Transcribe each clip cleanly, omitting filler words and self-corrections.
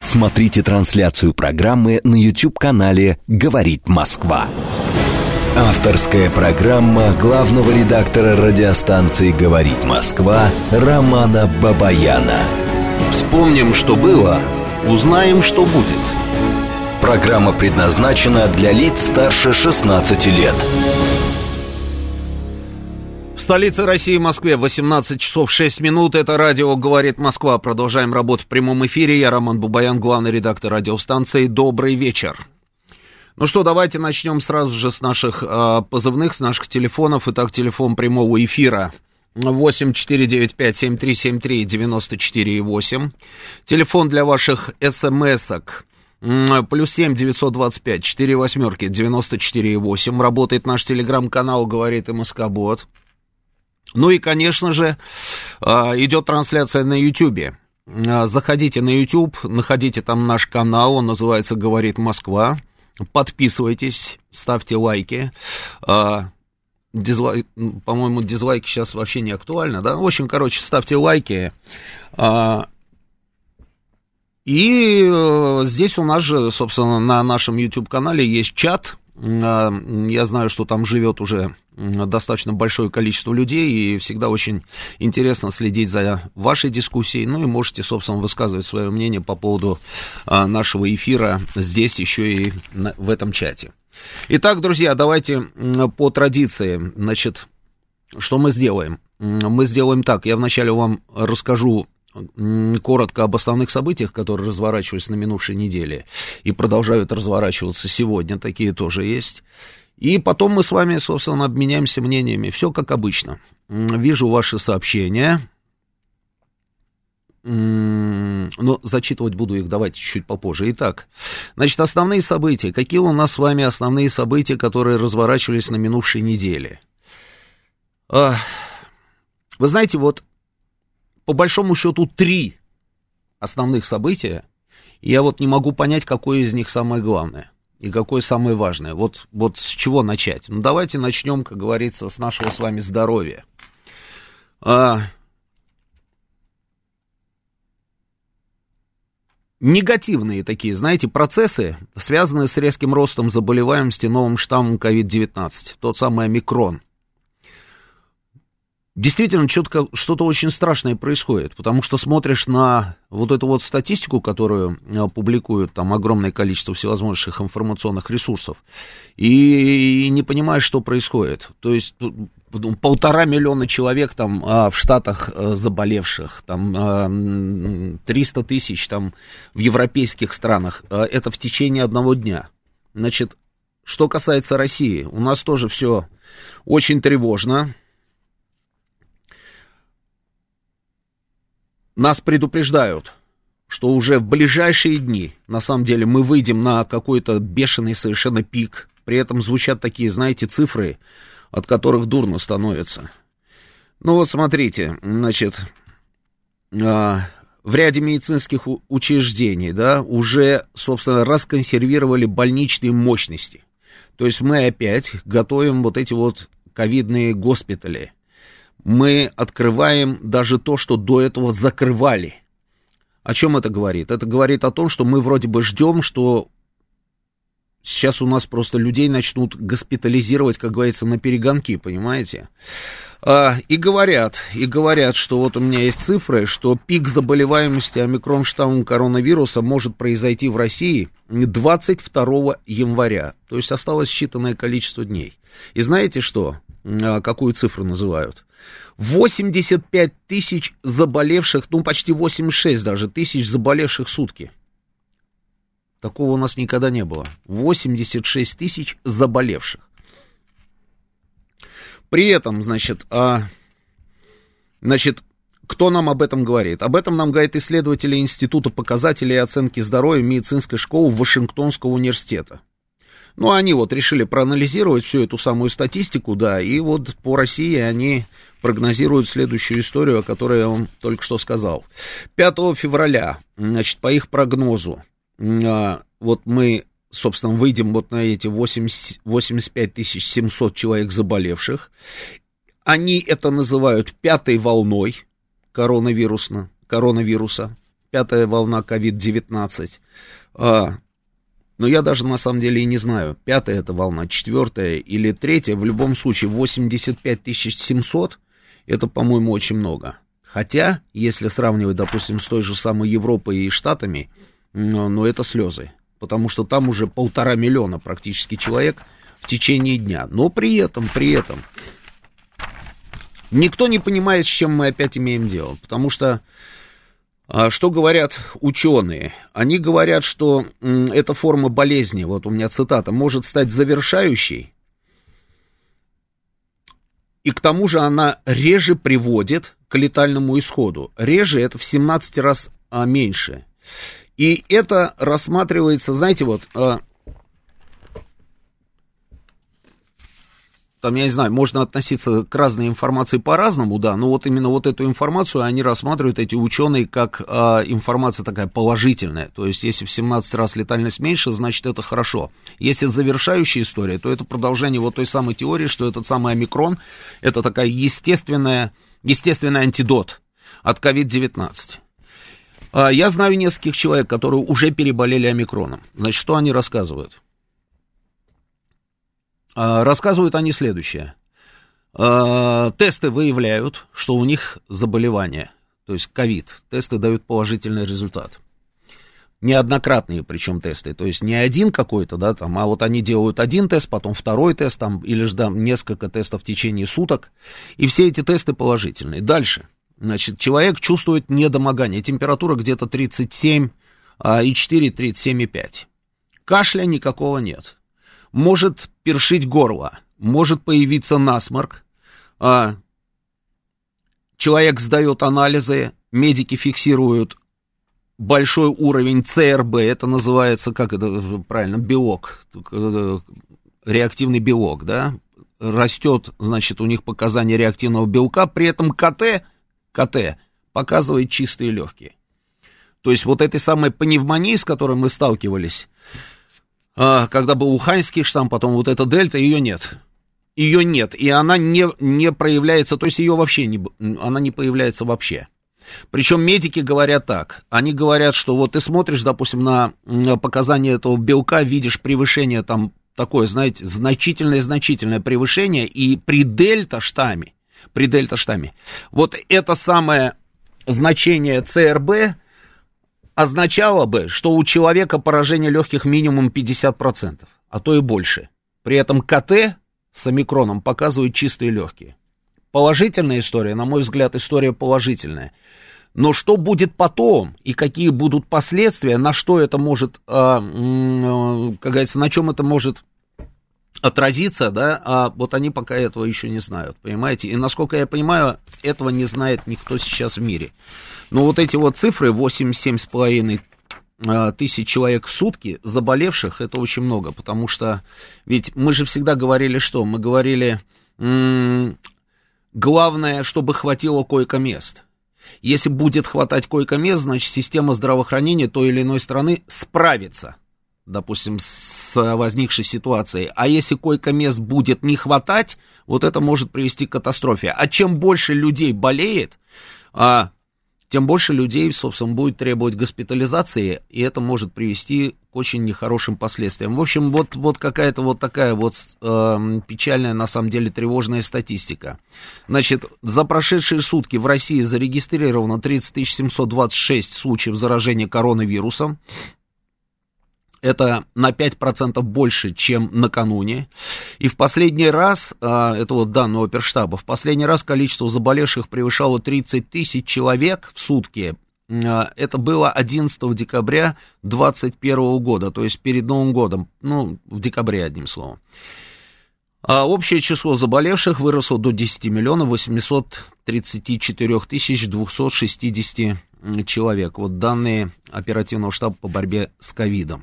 Смотрите трансляцию программы на YouTube-канале «Говорит Москва». Авторская программа главного редактора радиостанции «Говорит Москва» Романа Бабаяна. Вспомним, что было, узнаем, что будет. Программа предназначена для лиц старше 16 лет. В столице России, Москве, 18 часов 6 минут. Это радио «Говорит Москва». Продолжаем работу в прямом эфире. Я Роман Бабаян, главный редактор радиостанции. Добрый вечер. Ну что, давайте начнем сразу же с наших позывных, с наших телефонов. Итак, телефон прямого эфира 8-495-7373-94-8. Телефон для ваших смс-ок +7 925 4 восьмерки 94,8. Работает наш телеграм-канал «Говорит МСК-бот». Ну и, конечно же, идет трансляция на Ютьюбе. Заходите на Ютьюб, находите там наш канал, он называется «Говорит Москва». Подписывайтесь, ставьте лайки. По-моему, дизлайки сейчас вообще не актуально, да? В общем, короче, ставьте лайки. И здесь у нас же, собственно, на нашем YouTube-канале есть чат. Я знаю, что там живет уже достаточно большое количество людей, и всегда очень интересно следить за вашей дискуссией. Ну и можете, собственно, высказывать свое мнение по поводу нашего эфира здесь еще и в этом чате. Итак, друзья, давайте по традиции, значит, что мы сделаем? Мы сделаем так, я вначале вам расскажу коротко об основных событиях, которые разворачивались на минувшей неделе и продолжают разворачиваться сегодня, такие тоже есть. И потом мы с вами, собственно, обменяемся мнениями. Все как обычно. Вижу ваши сообщения. Но зачитывать буду их, давайте чуть попозже. Итак, значит, основные события. Какие у нас с вами основные события, которые разворачивались на минувшей неделе? Вы знаете, вот по большому счету 3 основных события, и я вот не могу понять, какое из них самое главное и какое самое важное. Вот с чего начать? Ну, давайте начнем, как говорится, с нашего с вами здоровья. Негативные такие, знаете, процессы, связанные с резким ростом заболеваемости новым штаммом COVID-19, тот самый омикрон. Действительно, что-то очень страшное происходит, потому что смотришь на вот эту вот статистику, которую публикуют там огромное количество всевозможных информационных ресурсов, и не понимаешь, что происходит. То есть 1,5 миллиона человек там в Штатах заболевших, там 300 тысяч там в европейских странах. Это в течение одного дня. Значит, что касается России, у нас тоже все очень тревожно. Нас предупреждают, что уже в ближайшие дни, на самом деле, мы выйдем на какой-то бешеный совершенно пик. При этом звучат такие, знаете, цифры, от которых дурно становится. Ну вот смотрите, значит, в ряде медицинских учреждений, да, уже, собственно, расконсервировали больничные мощности. То есть мы опять готовим вот эти вот ковидные госпитали. Мы открываем даже то, что до этого закрывали. О чем это говорит? Это говорит о том, что мы вроде бы ждем, что сейчас у нас просто людей начнут госпитализировать, как говорится, на перегонки, понимаете? И говорят, что вот у меня есть цифры, что пик заболеваемости омикрон штаммом коронавируса может произойти в России 22 января. То есть осталось считанное количество дней. И знаете что? Какую цифру называют? 85 тысяч заболевших, ну почти 86 даже тысяч заболевших в сутки. Такого у нас никогда не было. 86 тысяч заболевших. При этом, значит, кто нам об этом говорит? Об этом нам говорят исследователи Института показателей и оценки здоровья медицинской школы Вашингтонского университета. Ну, они вот решили проанализировать всю эту самую статистику, да, и вот по России они прогнозируют следующую историю, о которой я вам только что сказал. 5 февраля, значит, по их прогнозу, вот мы, собственно, выйдем вот на эти 85 700 человек заболевших. Они это называют 5-й волной коронавируса. пятая волна COVID-19. Но я даже на самом деле и не знаю, пятая это волна, четвертая или третья. В любом случае 85 700, это, по-моему, очень много. Хотя, если сравнивать, допустим, с той же самой Европой и Штатами, ну, это слезы. Потому что там уже 1,5 миллиона практически человек в течение дня. Но при этом никто не понимает, с чем мы опять имеем дело. Потому что, что говорят ученые? Они говорят, что эта форма болезни, вот у меня цитата, может стать завершающей. И к тому же она реже приводит к летальному исходу. Реже это в 17 раз меньше. И это рассматривается, знаете, вот, там, я не знаю, можно относиться к разной информации по-разному, да, но вот именно вот эту информацию они рассматривают, эти ученые, как информация такая положительная. То есть, если в 17 раз летальность меньше, значит, это хорошо. Если завершающая история, то это продолжение вот той самой теории, что этот самый омикрон, это такая естественный антидот от COVID-19. Я знаю нескольких человек, которые уже переболели омикроном. Значит, что они рассказывают? Рассказывают они следующее. Тесты выявляют, что у них заболевание, то есть ковид. Тесты дают положительный результат. Неоднократные причем тесты, то есть не один какой-то, да, там, а вот они делают один тест, потом второй тест, там, или же да, несколько тестов в течение суток, и все эти тесты положительные. Дальше, значит, человек чувствует недомогание, температура где-то 37,4, 37,5. Кашля никакого нет. Может першить горло, может появиться насморк, человек сдает анализы, медики фиксируют большой уровень ЦРБ, это называется, как это правильно, белок, реактивный белок, да, растет, значит, у них показания реактивного белка, при этом КТ показывает чистые легкие. То есть вот этой самой пневмонии, с которой мы сталкивались, когда был уханьский штамм, потом вот эта дельта, ее нет. Ее нет, и она не проявляется, то есть ее вообще она не появляется вообще. Причем медики говорят так, они говорят, что вот ты смотришь, допустим, на показания этого белка, видишь превышение там такое, знаете, значительное превышение, и при дельта-штамме, вот это самое значение ЦРБ означало бы, что у человека поражение легких минимум 50%, а то и больше. При этом КТ с омикроном показывает чистые легкие. Положительная история, на мой взгляд, история положительная. Но что будет потом и какие будут последствия, на что это может, как говорится, на чем это может отразиться, да, вот они пока этого еще не знают, понимаете? И насколько я понимаю, этого не знает никто сейчас в мире. Но вот эти вот цифры, 87,5 тысяч человек в сутки заболевших, это очень много, потому что ведь мы же всегда говорили что? Мы говорили, главное, чтобы хватило койко-мест. Если будет хватать койко-мест, значит, система здравоохранения той или иной страны справится, допустим, с возникшей ситуацией. А если койко-мест будет не хватать, вот это может привести к катастрофе. А чем больше людей болеет, тем больше людей, собственно, будет требовать госпитализации, и это может привести к очень нехорошим последствиям. В общем, вот какая-то вот такая вот печальная, на самом деле, тревожная статистика. Значит, за прошедшие сутки в России зарегистрировано 30 726 случаев заражения коронавирусом. Это на 5% больше, чем накануне. И в последний раз, это вот данные Оперштаба, в последний раз количество заболевших превышало 30 тысяч человек в сутки. Это было 11 декабря 2021 года, то есть перед Новым годом, ну, в декабре, одним словом. А общее число заболевших выросло до 10 миллионов 834 тысяч 260 человек. Вот данные оперативного штаба по борьбе с ковидом.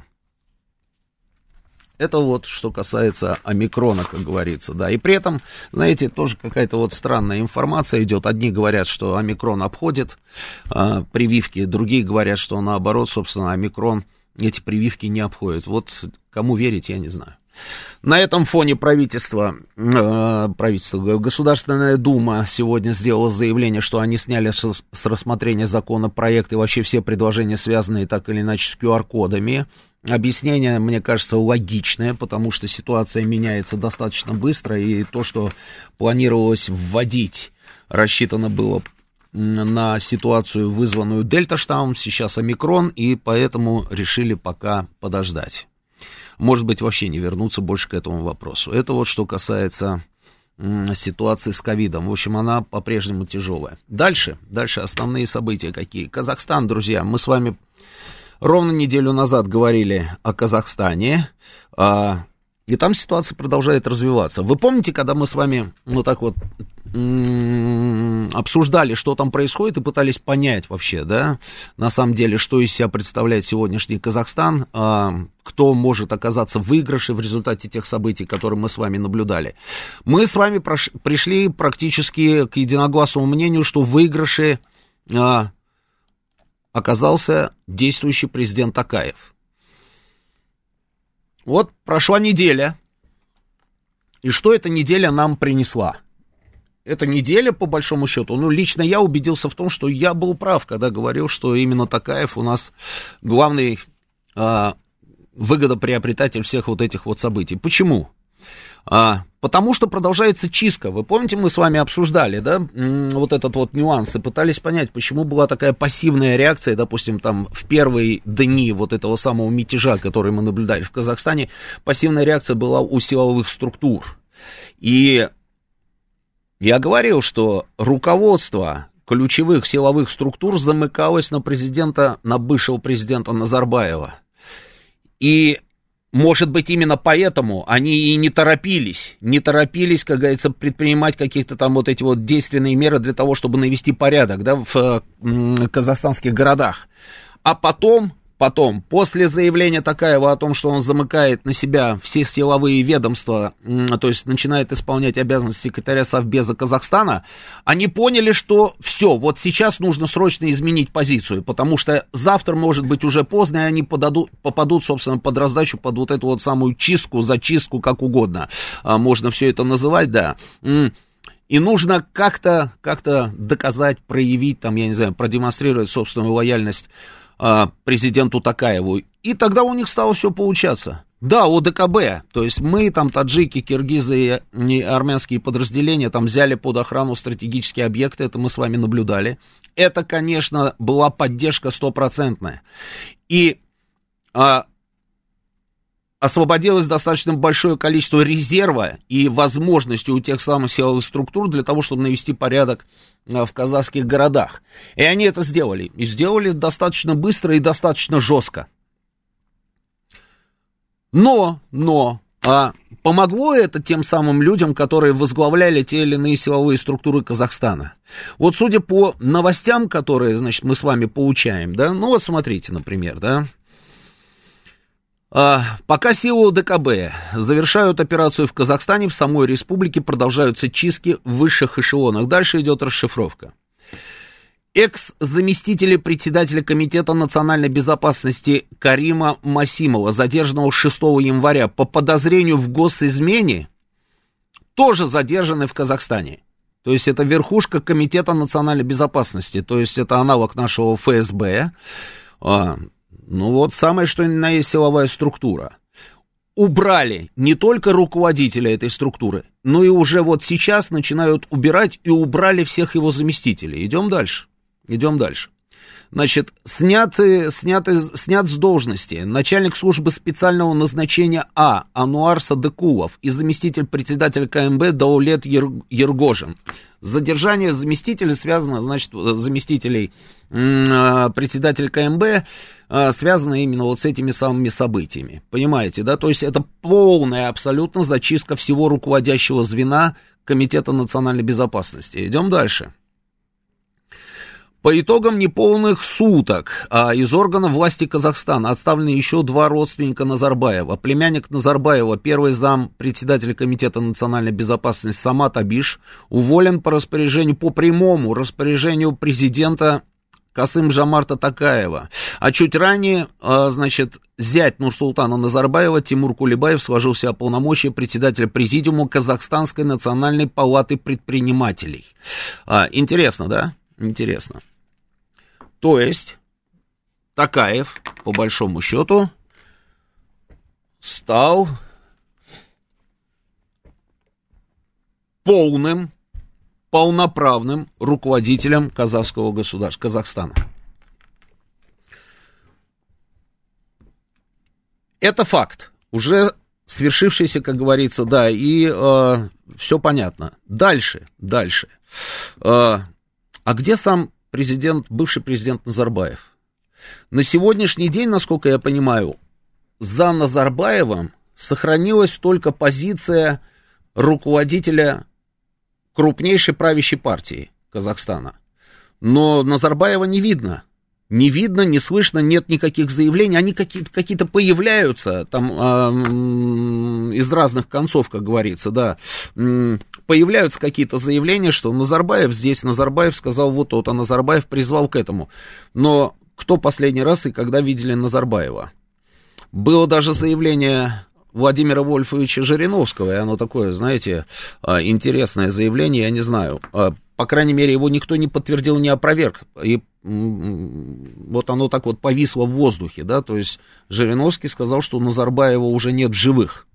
Это вот что касается омикрона, как говорится, да. И при этом, знаете, тоже какая-то вот странная информация идет. Одни говорят, что омикрон обходит прививки, другие говорят, что наоборот, собственно, омикрон эти прививки не обходит. Вот кому верить, я не знаю. На этом фоне Государственная Дума сегодня сделала заявление, что они сняли с рассмотрения законопроекта и вообще все предложения, связанные так или иначе с QR-кодами. Объяснение, мне кажется, логичное, потому что ситуация меняется достаточно быстро, и то, что планировалось вводить, рассчитано было на ситуацию, вызванную дельта-штаммом, сейчас омикрон, и поэтому решили пока подождать. Может быть, вообще не вернуться больше к этому вопросу. Это вот что касается ситуации с ковидом. В общем, она по-прежнему тяжелая. Дальше основные события какие. Казахстан, друзья, мы с вами ровно неделю назад говорили о Казахстане, и там ситуация продолжает развиваться. Вы помните, когда мы с вами так вот обсуждали, что там происходит, и пытались понять вообще, да, на самом деле, что из себя представляет сегодняшний Казахстан, кто может оказаться в выигрыше в результате тех событий, которые мы с вами наблюдали. Мы с вами пришли практически к единогласному мнению, что в выигрыше оказался действующий президент Токаев. Вот прошла неделя, и что эта неделя нам принесла? Эта неделя, по большому счету, лично я убедился в том, что я был прав, когда говорил, что именно Токаев у нас главный выгодоприобретатель всех вот этих вот событий. Почему? Потому что продолжается чистка. Вы помните, мы с вами обсуждали, да, вот этот вот нюанс, и пытались понять, почему была такая пассивная реакция, допустим, там, в первые дни вот этого самого мятежа, который мы наблюдали в Казахстане, пассивная реакция была у силовых структур. И я говорил, что руководство ключевых силовых структур замыкалось на бывшего президента Назарбаева. И может быть, именно поэтому они и не торопились, как говорится, предпринимать каких-то там вот эти вот действенные меры для того, чтобы навести порядок, да, в казахстанских городах. А потом, после заявления Токаева о том, что он замыкает на себя все силовые ведомства, то есть начинает исполнять обязанности секретаря Совбеза Казахстана, они поняли, что все, вот сейчас нужно срочно изменить позицию, потому что завтра, может быть, уже поздно, и они попадут, собственно, под раздачу, под вот эту вот самую чистку, зачистку, как угодно, можно все это называть, да. И нужно как-то доказать, проявить, там, я не знаю, продемонстрировать собственную лояльность президенту Токаеву, и тогда у них стало все получаться. Да, ОДКБ, то есть мы, там, таджики, киргизы и армянские подразделения там взяли под охрану стратегические объекты, это мы с вами наблюдали. Это, конечно, была поддержка стопроцентная. И освободилось достаточно большое количество резерва и возможностей у тех самых силовых структур для того, чтобы навести порядок в казахских городах. И они это сделали. И сделали достаточно быстро и достаточно жестко. Но помогло это тем самым людям, которые возглавляли те или иные силовые структуры Казахстана. Вот судя по новостям, которые, значит, мы с вами получаем, да, вот смотрите, например, да. Пока силы ОДКБ завершают операцию в Казахстане, в самой республике продолжаются чистки в высших эшелонах. Дальше идет расшифровка. Экс-заместителя председателя Комитета национальной безопасности Карима Масимова, задержанного 6 января по подозрению в госизмене, тоже задержаны в Казахстане. То есть это верхушка Комитета национальной безопасности, то есть это аналог нашего ФСБ. Самое что ни на есть силовая структура. Убрали не только руководителя этой структуры, но и уже вот сейчас начинают убирать и убрали всех его заместителей. Идем дальше. Значит, снят с должности начальник службы специального назначения Ануар Садыкулов и заместитель председателя КМБ Даулет Ергожин. Задержание заместителей связано, значит, заместителей председателя КМБ связано именно вот с этими самыми событиями. Понимаете, да? То есть это полная абсолютно зачистка всего руководящего звена Комитета национальной безопасности. Идем дальше. По итогам неполных суток из органов власти Казахстана отставлены еще 2 родственника Назарбаева. Племянник Назарбаева, первый зам председателя Комитета национальной безопасности Самат Абиш, уволен по прямому распоряжению президента Касым-Жомарта Токаева. А чуть ранее, значит, зять Нурсултана Назарбаева Тимур Кулебаев сложил в себя полномочия председателя президиума Казахстанской национальной палаты предпринимателей. Интересно, да? Интересно. То есть Токаев, по большому счету, стал полноправным руководителем казахского государства, Казахстана. Это факт, уже свершившийся, как говорится, да, и все понятно. Дальше. А где сам президент, бывший президент Назарбаев? На сегодняшний день, насколько я понимаю, за Назарбаевым сохранилась только позиция руководителя крупнейшей правящей партии Казахстана. Но Назарбаева не видно. Не видно, не слышно, нет никаких заявлений. Они какие-то появляются там из разных концов, как говорится, да. Появляются какие-то заявления, что Назарбаев здесь, Назарбаев сказал вот то, а Назарбаев призвал к этому. Но кто последний раз и когда видели Назарбаева? Было даже заявление Владимира Вольфовича Жириновского, и оно такое, знаете, интересное заявление, я не знаю. По крайней мере, его никто не подтвердил, не опроверг. И вот оно так вот повисло в воздухе, да, то есть Жириновский сказал, что Назарбаева уже нет в живых.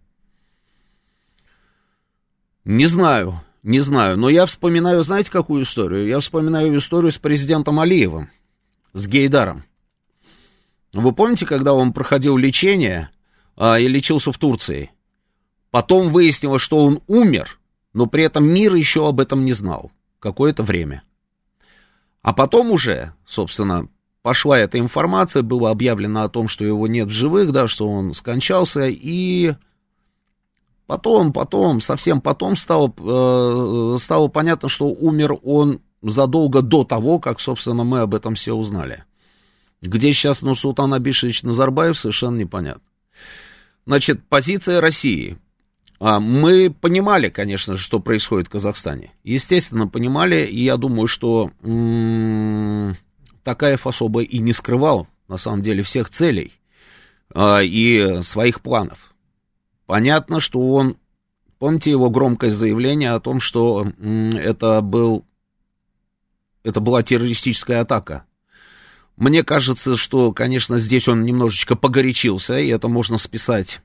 Не знаю, но я вспоминаю, знаете, какую историю? Я вспоминаю историю с президентом Алиевым, с Гейдаром. Вы помните, когда он проходил лечение и лечился в Турции? Потом выяснилось, что он умер, но при этом мир еще об этом не знал какое-то время. А потом уже, собственно, пошла эта информация, было объявлено о том, что его нет в живых, да, что он скончался, и совсем потом стало понятно, что умер он задолго до того, как, собственно, мы об этом все узнали. Где сейчас Нурсултан Абишевич Назарбаев, совершенно непонятно. Значит, позиция России. Мы понимали, конечно же, что происходит в Казахстане. Естественно, понимали, и я думаю, что Токаев особо и не скрывал, на самом деле, всех целей и своих планов. Понятно, что он, помните его громкое заявление о том, что это была террористическая атака. Мне кажется, что, конечно, здесь он немножечко погорячился, и это можно списать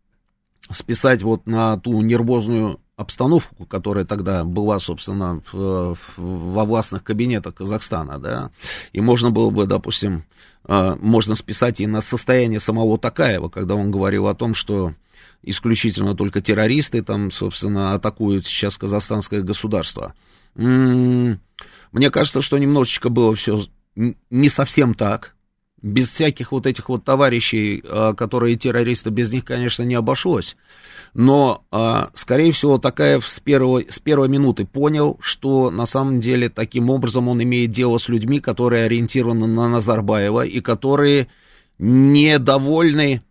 вот на ту нервозную обстановку, которая тогда была, собственно, во властных кабинетах Казахстана, да, и можно было бы, допустим, можно списать и на состояние самого Токаева, когда он говорил о том, что исключительно только террористы там, собственно, атакуют сейчас казахстанское государство. Мне кажется, что немножечко было все не совсем так, без всяких вот этих вот товарищей, которые террористы, без них, конечно, не обошлось, но, скорее всего, Токаев с первой минуты понял, что на самом деле таким образом он имеет дело с людьми, которые ориентированы на Назарбаева и которые недовольны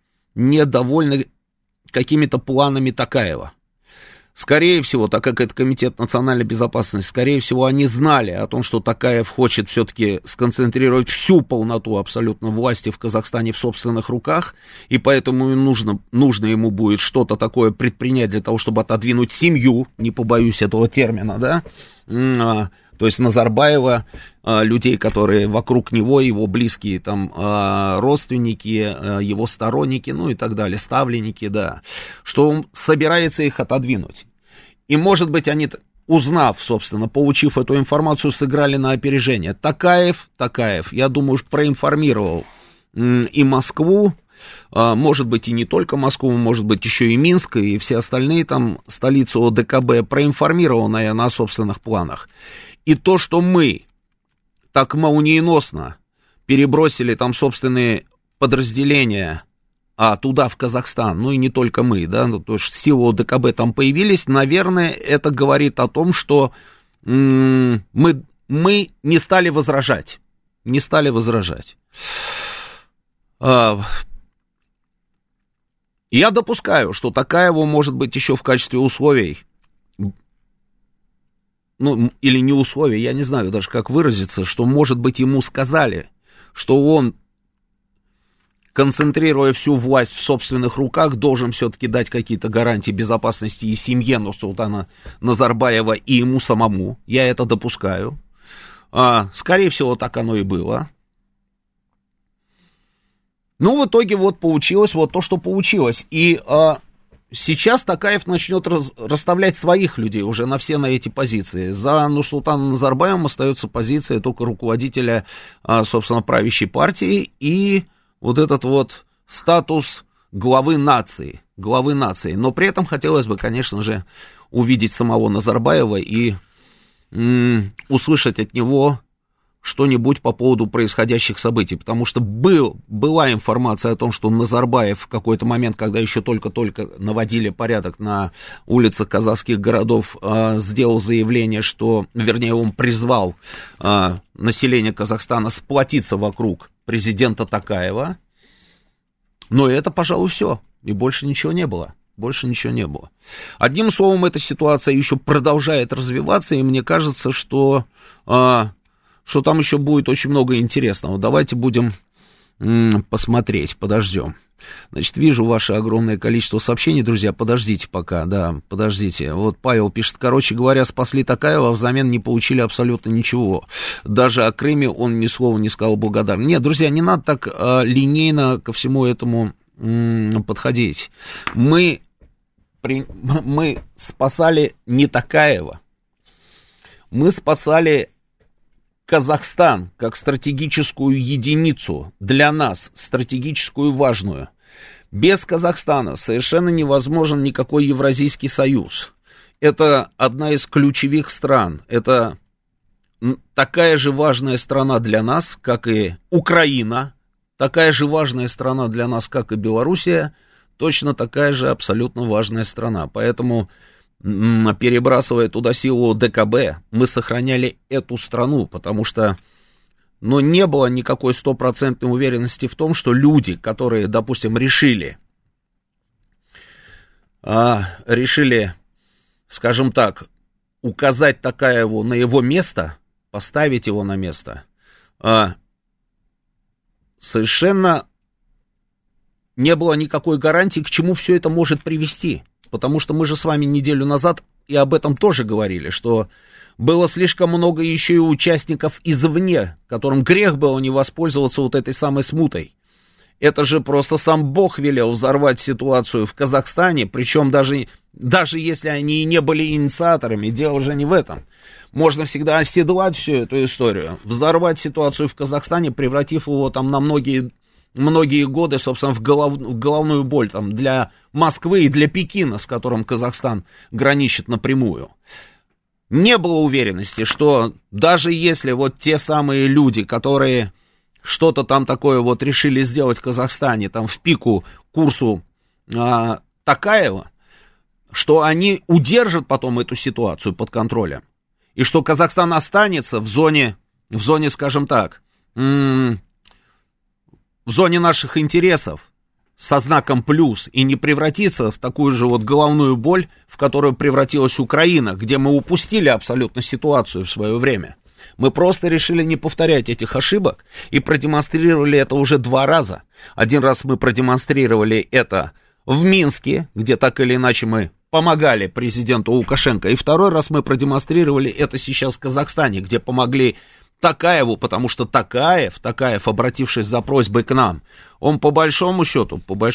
какими-то планами Токаева. Скорее всего, так как это Комитет национальной безопасности, скорее всего, они знали о том, что Токаев хочет все-таки сконцентрировать всю полноту абсолютно власти в Казахстане в собственных руках, и поэтому нужно ему будет что-то такое предпринять для того, чтобы отодвинуть семью, не побоюсь этого термина, да, то есть Назарбаева, людей, которые вокруг него, его близкие там родственники, его сторонники, ну и так далее, ставленники, да, что он собирается их отодвинуть. И, может быть, они, узнав, собственно, получив эту информацию, сыграли на опережение. Токаев, я думаю, проинформировал и Москву, может быть, и не только Москву, может быть, еще и Минск, и все остальные там столицу ОДКБ, проинформировал, наверное, о собственных планах. И то, что мы так молниеносно перебросили там собственные подразделения туда, в Казахстан, ну и не только мы, да, ну, то есть силы ОДКБ там появились, наверное, это говорит о том, что мы не стали возражать. Я допускаю, что Токаеву, может быть, еще в качестве условий ну, или не условие, я не знаю даже, как выразиться, что, может быть, ему сказали, что он, концентрируя всю власть в собственных руках, должен все-таки дать какие-то гарантии безопасности и семье Нурсултана Назарбаева, и ему самому. Я это допускаю. Скорее всего, так оно и было. Ну, в итоге вот получилось вот то, что получилось. И сейчас Токаев начнет расставлять своих людей уже на эти позиции. За Нурсултаном Назарбаевым остается позиция только руководителя, собственно, правящей партии и вот этот вот статус главы нации. Но при этом хотелось бы, конечно же, увидеть самого Назарбаева и услышать от него что-нибудь по поводу происходящих событий, потому что была информация о том, что Назарбаев в какой-то момент, когда еще только-только наводили порядок на улицах казахских городов, сделал заявление, что, вернее, он призвал население Казахстана сплотиться вокруг президента Токаева, но это, пожалуй, все, и больше ничего не было. Одним словом, эта ситуация еще продолжает развиваться, и мне кажется, что там еще будет очень много интересного. Давайте будем посмотреть, подождем. Значит, вижу ваше огромное количество сообщений, друзья, подождите пока, подождите. Вот Павел пишет, короче говоря, спасли Токаева, а взамен не получили абсолютно ничего. Даже о Крыме он ни слова не сказал благодарен. Нет, друзья, не надо так линейно ко всему этому подходить. Мы спасали не Токаева, мы спасали Казахстан как стратегическую единицу для нас, стратегическую важную. Без Казахстана совершенно невозможен никакой Евразийский союз. Это одна из ключевых стран. Это такая же важная страна для нас, как и Украина. Такая же важная страна для нас, как и Белоруссия. Точно такая же абсолютно важная страна. Поэтому, перебрасывая туда силу ДКБ, мы сохраняли эту страну, потому что, не было никакой стопроцентной уверенности в том, что люди, которые, допустим, решили, скажем так, указать Токаеву на его место, поставить его на место, совершенно не было никакой гарантии, к чему все это может привести. Потому что мы же с вами неделю назад и об этом тоже говорили, что было слишком много еще и участников извне, которым грех было не воспользоваться вот этой самой смутой. Это же просто сам Бог велел взорвать ситуацию в Казахстане, причем даже если они и не были инициаторами, дело уже не в этом. Можно всегда оседлать всю эту историю, взорвать ситуацию в Казахстане, превратив его там на многие годы, собственно, в головную боль там, для Москвы и для Пекина, с которым Казахстан граничит напрямую. Не было уверенности, что даже если вот те самые люди, которые что-то там такое вот решили сделать в Казахстане, там в пику курсу Токаева, что они удержат потом эту ситуацию под контролем, и что Казахстан останется в зоне, скажем так, в зоне наших интересов со знаком плюс и не превратиться в такую же вот головную боль, в которую превратилась Украина, где мы упустили абсолютно ситуацию в свое время. Мы просто решили не повторять этих ошибок и продемонстрировали это уже 2 раза. Один раз мы продемонстрировали это в Минске, где так или иначе мы помогали президенту Лукашенко, и 2-й раз мы продемонстрировали это сейчас в Казахстане, где помогли Токаеву, потому что Токаев, обратившись за просьбой к нам, он по большому счету,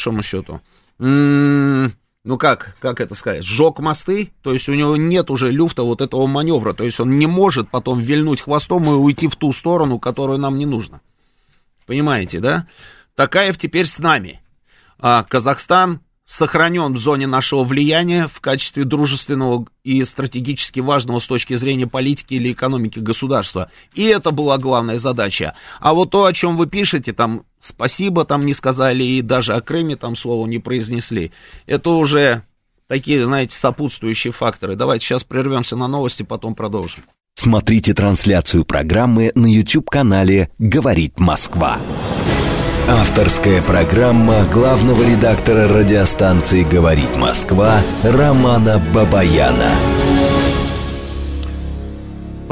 как это сказать, сжег мосты, то есть у него нет уже люфта вот этого маневра, то есть он не может потом вильнуть хвостом и уйти в ту сторону, которую нам не нужно. Понимаете, да? Токаев теперь с нами, а Казахстан сохранен в зоне нашего влияния в качестве дружественного и стратегически важного с точки зрения политики или экономики государства. И это была главная задача. А вот то, о чем вы пишете, там спасибо там не сказали и даже о Крыме там слова не произнесли, это уже такие, знаете, сопутствующие факторы. Давайте сейчас прервемся на новости, потом продолжим. Смотрите трансляцию программы на YouTube-канале «Говорит Москва». Авторская программа главного редактора радиостанции «Говорит Москва» Романа Бабаяна.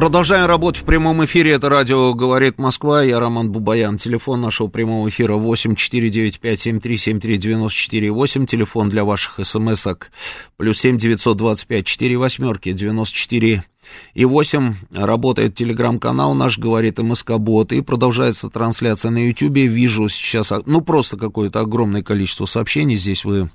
Продолжаем работать в прямом эфире. Это радио «Говорит Москва». Я Роман Бубаян. Телефон нашего прямого эфира 8-495-7373-94-8. Телефон для ваших смс-ок +7 925 4 восьмерки 94 и 8. Работает телеграм-канал наш «Говорит МСК-бот». И продолжается трансляция на Ютьюбе. Вижу сейчас, просто какое-то огромное количество сообщений. Здесь вы...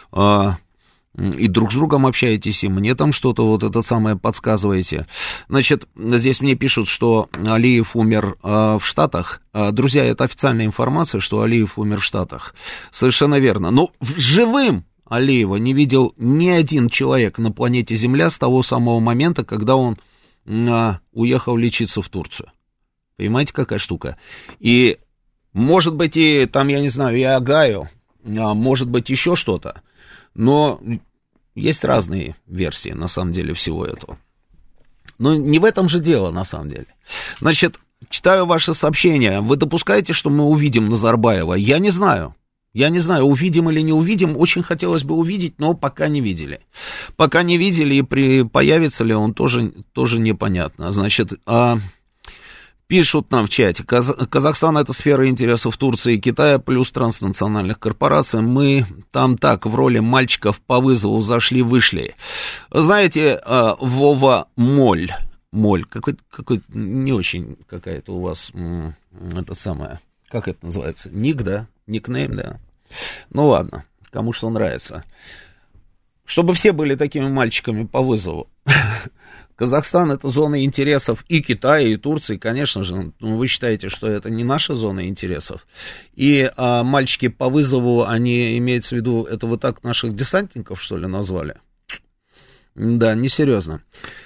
и друг с другом общаетесь, и мне там что-то вот это самое подсказываете. Значит, здесь мне пишут, что Алиев умер в Штатах. Друзья, это официальная информация, что Алиев умер в Штатах. Совершенно верно. Но живым Алиева не видел ни один человек на планете Земля с того самого момента, когда он уехал лечиться в Турцию. Понимаете, какая штука? И, может быть, и там, я не знаю, и Агаю, может быть, еще что-то. Но есть разные версии, на самом деле, всего этого. Но не в этом же дело, на самом деле. Значит, читаю ваши сообщения. Вы допускаете, что мы увидим Назарбаева? Я не знаю. Увидим или не увидим. Очень хотелось бы увидеть, но пока не видели. Пока не видели, и появится ли он, тоже непонятно. Значит... Пишут нам в чате, Казахстан — это сфера интересов Турции и Китая, плюс транснациональных корпораций. Мы там так, в роли мальчиков по вызову зашли-вышли. Знаете, Вова Моль, какой не очень какая-то у вас, это самое, как это называется, ник, да? Никнейм, да? Ну ладно, кому что нравится. Чтобы все были такими мальчиками по вызову. Казахстан — это зона интересов и Китая, и Турции, конечно же. Вы считаете, что это не наша зона интересов. И мальчики по вызову, они, имеется в виду, это вы так наших десантников, что ли, назвали? Да, несерьезно.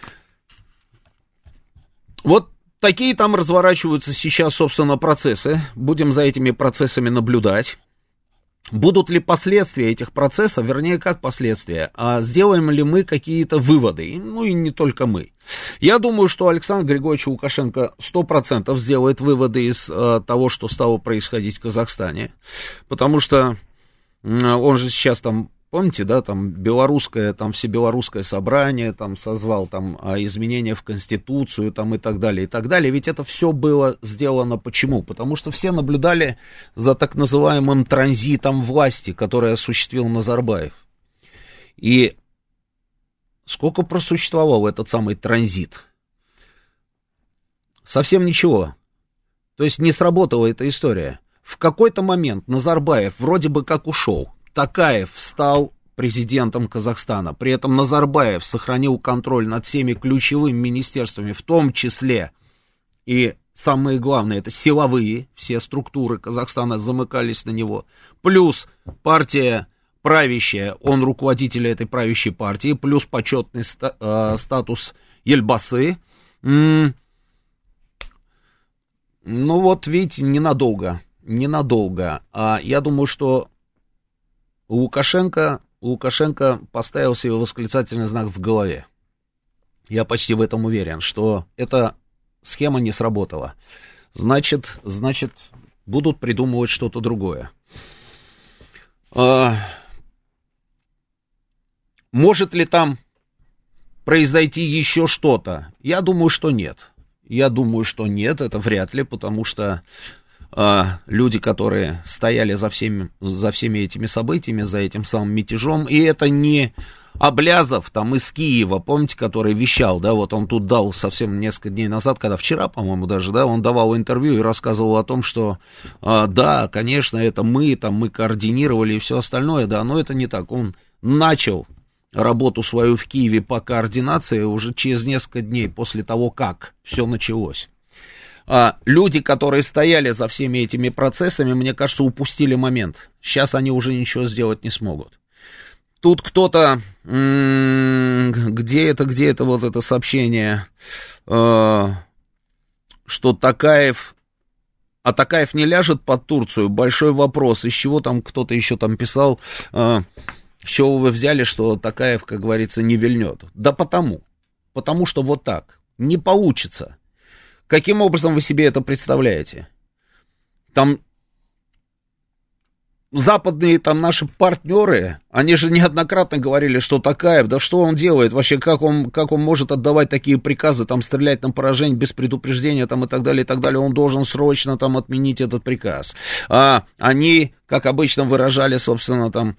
Вот такие там разворачиваются сейчас, собственно, процессы. Будем за этими процессами наблюдать. Будут ли последствия этих процессов, вернее, как последствия, сделаем ли мы какие-то выводы, ну и не только мы. Я думаю, что Александр Григорьевич Лукашенко 100% сделает выводы из того, что стало происходить в Казахстане, потому что он же сейчас там, помните, да, там белорусское, там всебелорусское собрание, там созвал там изменения в Конституцию, там и так далее, и так далее. Ведь это все было сделано почему? Потому что все наблюдали за так называемым транзитом власти, который осуществил Назарбаев. И сколько просуществовал этот самый транзит? Совсем ничего. То есть не сработала эта история. В какой-то момент Назарбаев вроде бы как ушел. Токаев стал президентом Казахстана. При этом Назарбаев сохранил контроль над всеми ключевыми министерствами, в том числе и самое главное, это силовые, все структуры Казахстана замыкались на него. Плюс партия правящая, он руководитель этой правящей партии, плюс почетный статус Ельбасы. Ну вот, видите, ненадолго. Я думаю, что Лукашенко поставил себе восклицательный знак в голове. Я почти в этом уверен, что эта схема не сработала. Значит, будут придумывать что-то другое. Может ли там произойти еще что-то? Я думаю, что нет. Это вряд ли, потому что люди, которые стояли за всеми этими событиями, за этим самым мятежом, и это не Аблязов там из Киева, помните, который вещал, да, вот он тут дал совсем несколько дней назад, когда вчера, по-моему, даже, да, он давал интервью и рассказывал о том, что, да, конечно, это мы координировали и все остальное, да, но это не так, он начал работу свою в Киеве по координации уже через несколько дней после того, как все началось. Люди, которые стояли за всеми этими процессами, мне кажется, упустили момент. Сейчас они уже ничего сделать не смогут. Тут кто-то, где это вот это сообщение, что Токаев не ляжет под Турцию, большой вопрос, из чего там кто-то еще там писал, с чего вы взяли, что Токаев, как говорится, не вильнет. Да потому что вот так, не получится. Каким образом вы себе это представляете? Там западные там наши партнеры, они же неоднократно говорили, что Токаев, да что он делает вообще, как он может отдавать такие приказы, там, стрелять на поражение без предупреждения, там, и так далее, он должен срочно там отменить этот приказ. Они, как обычно, выражали, собственно, там,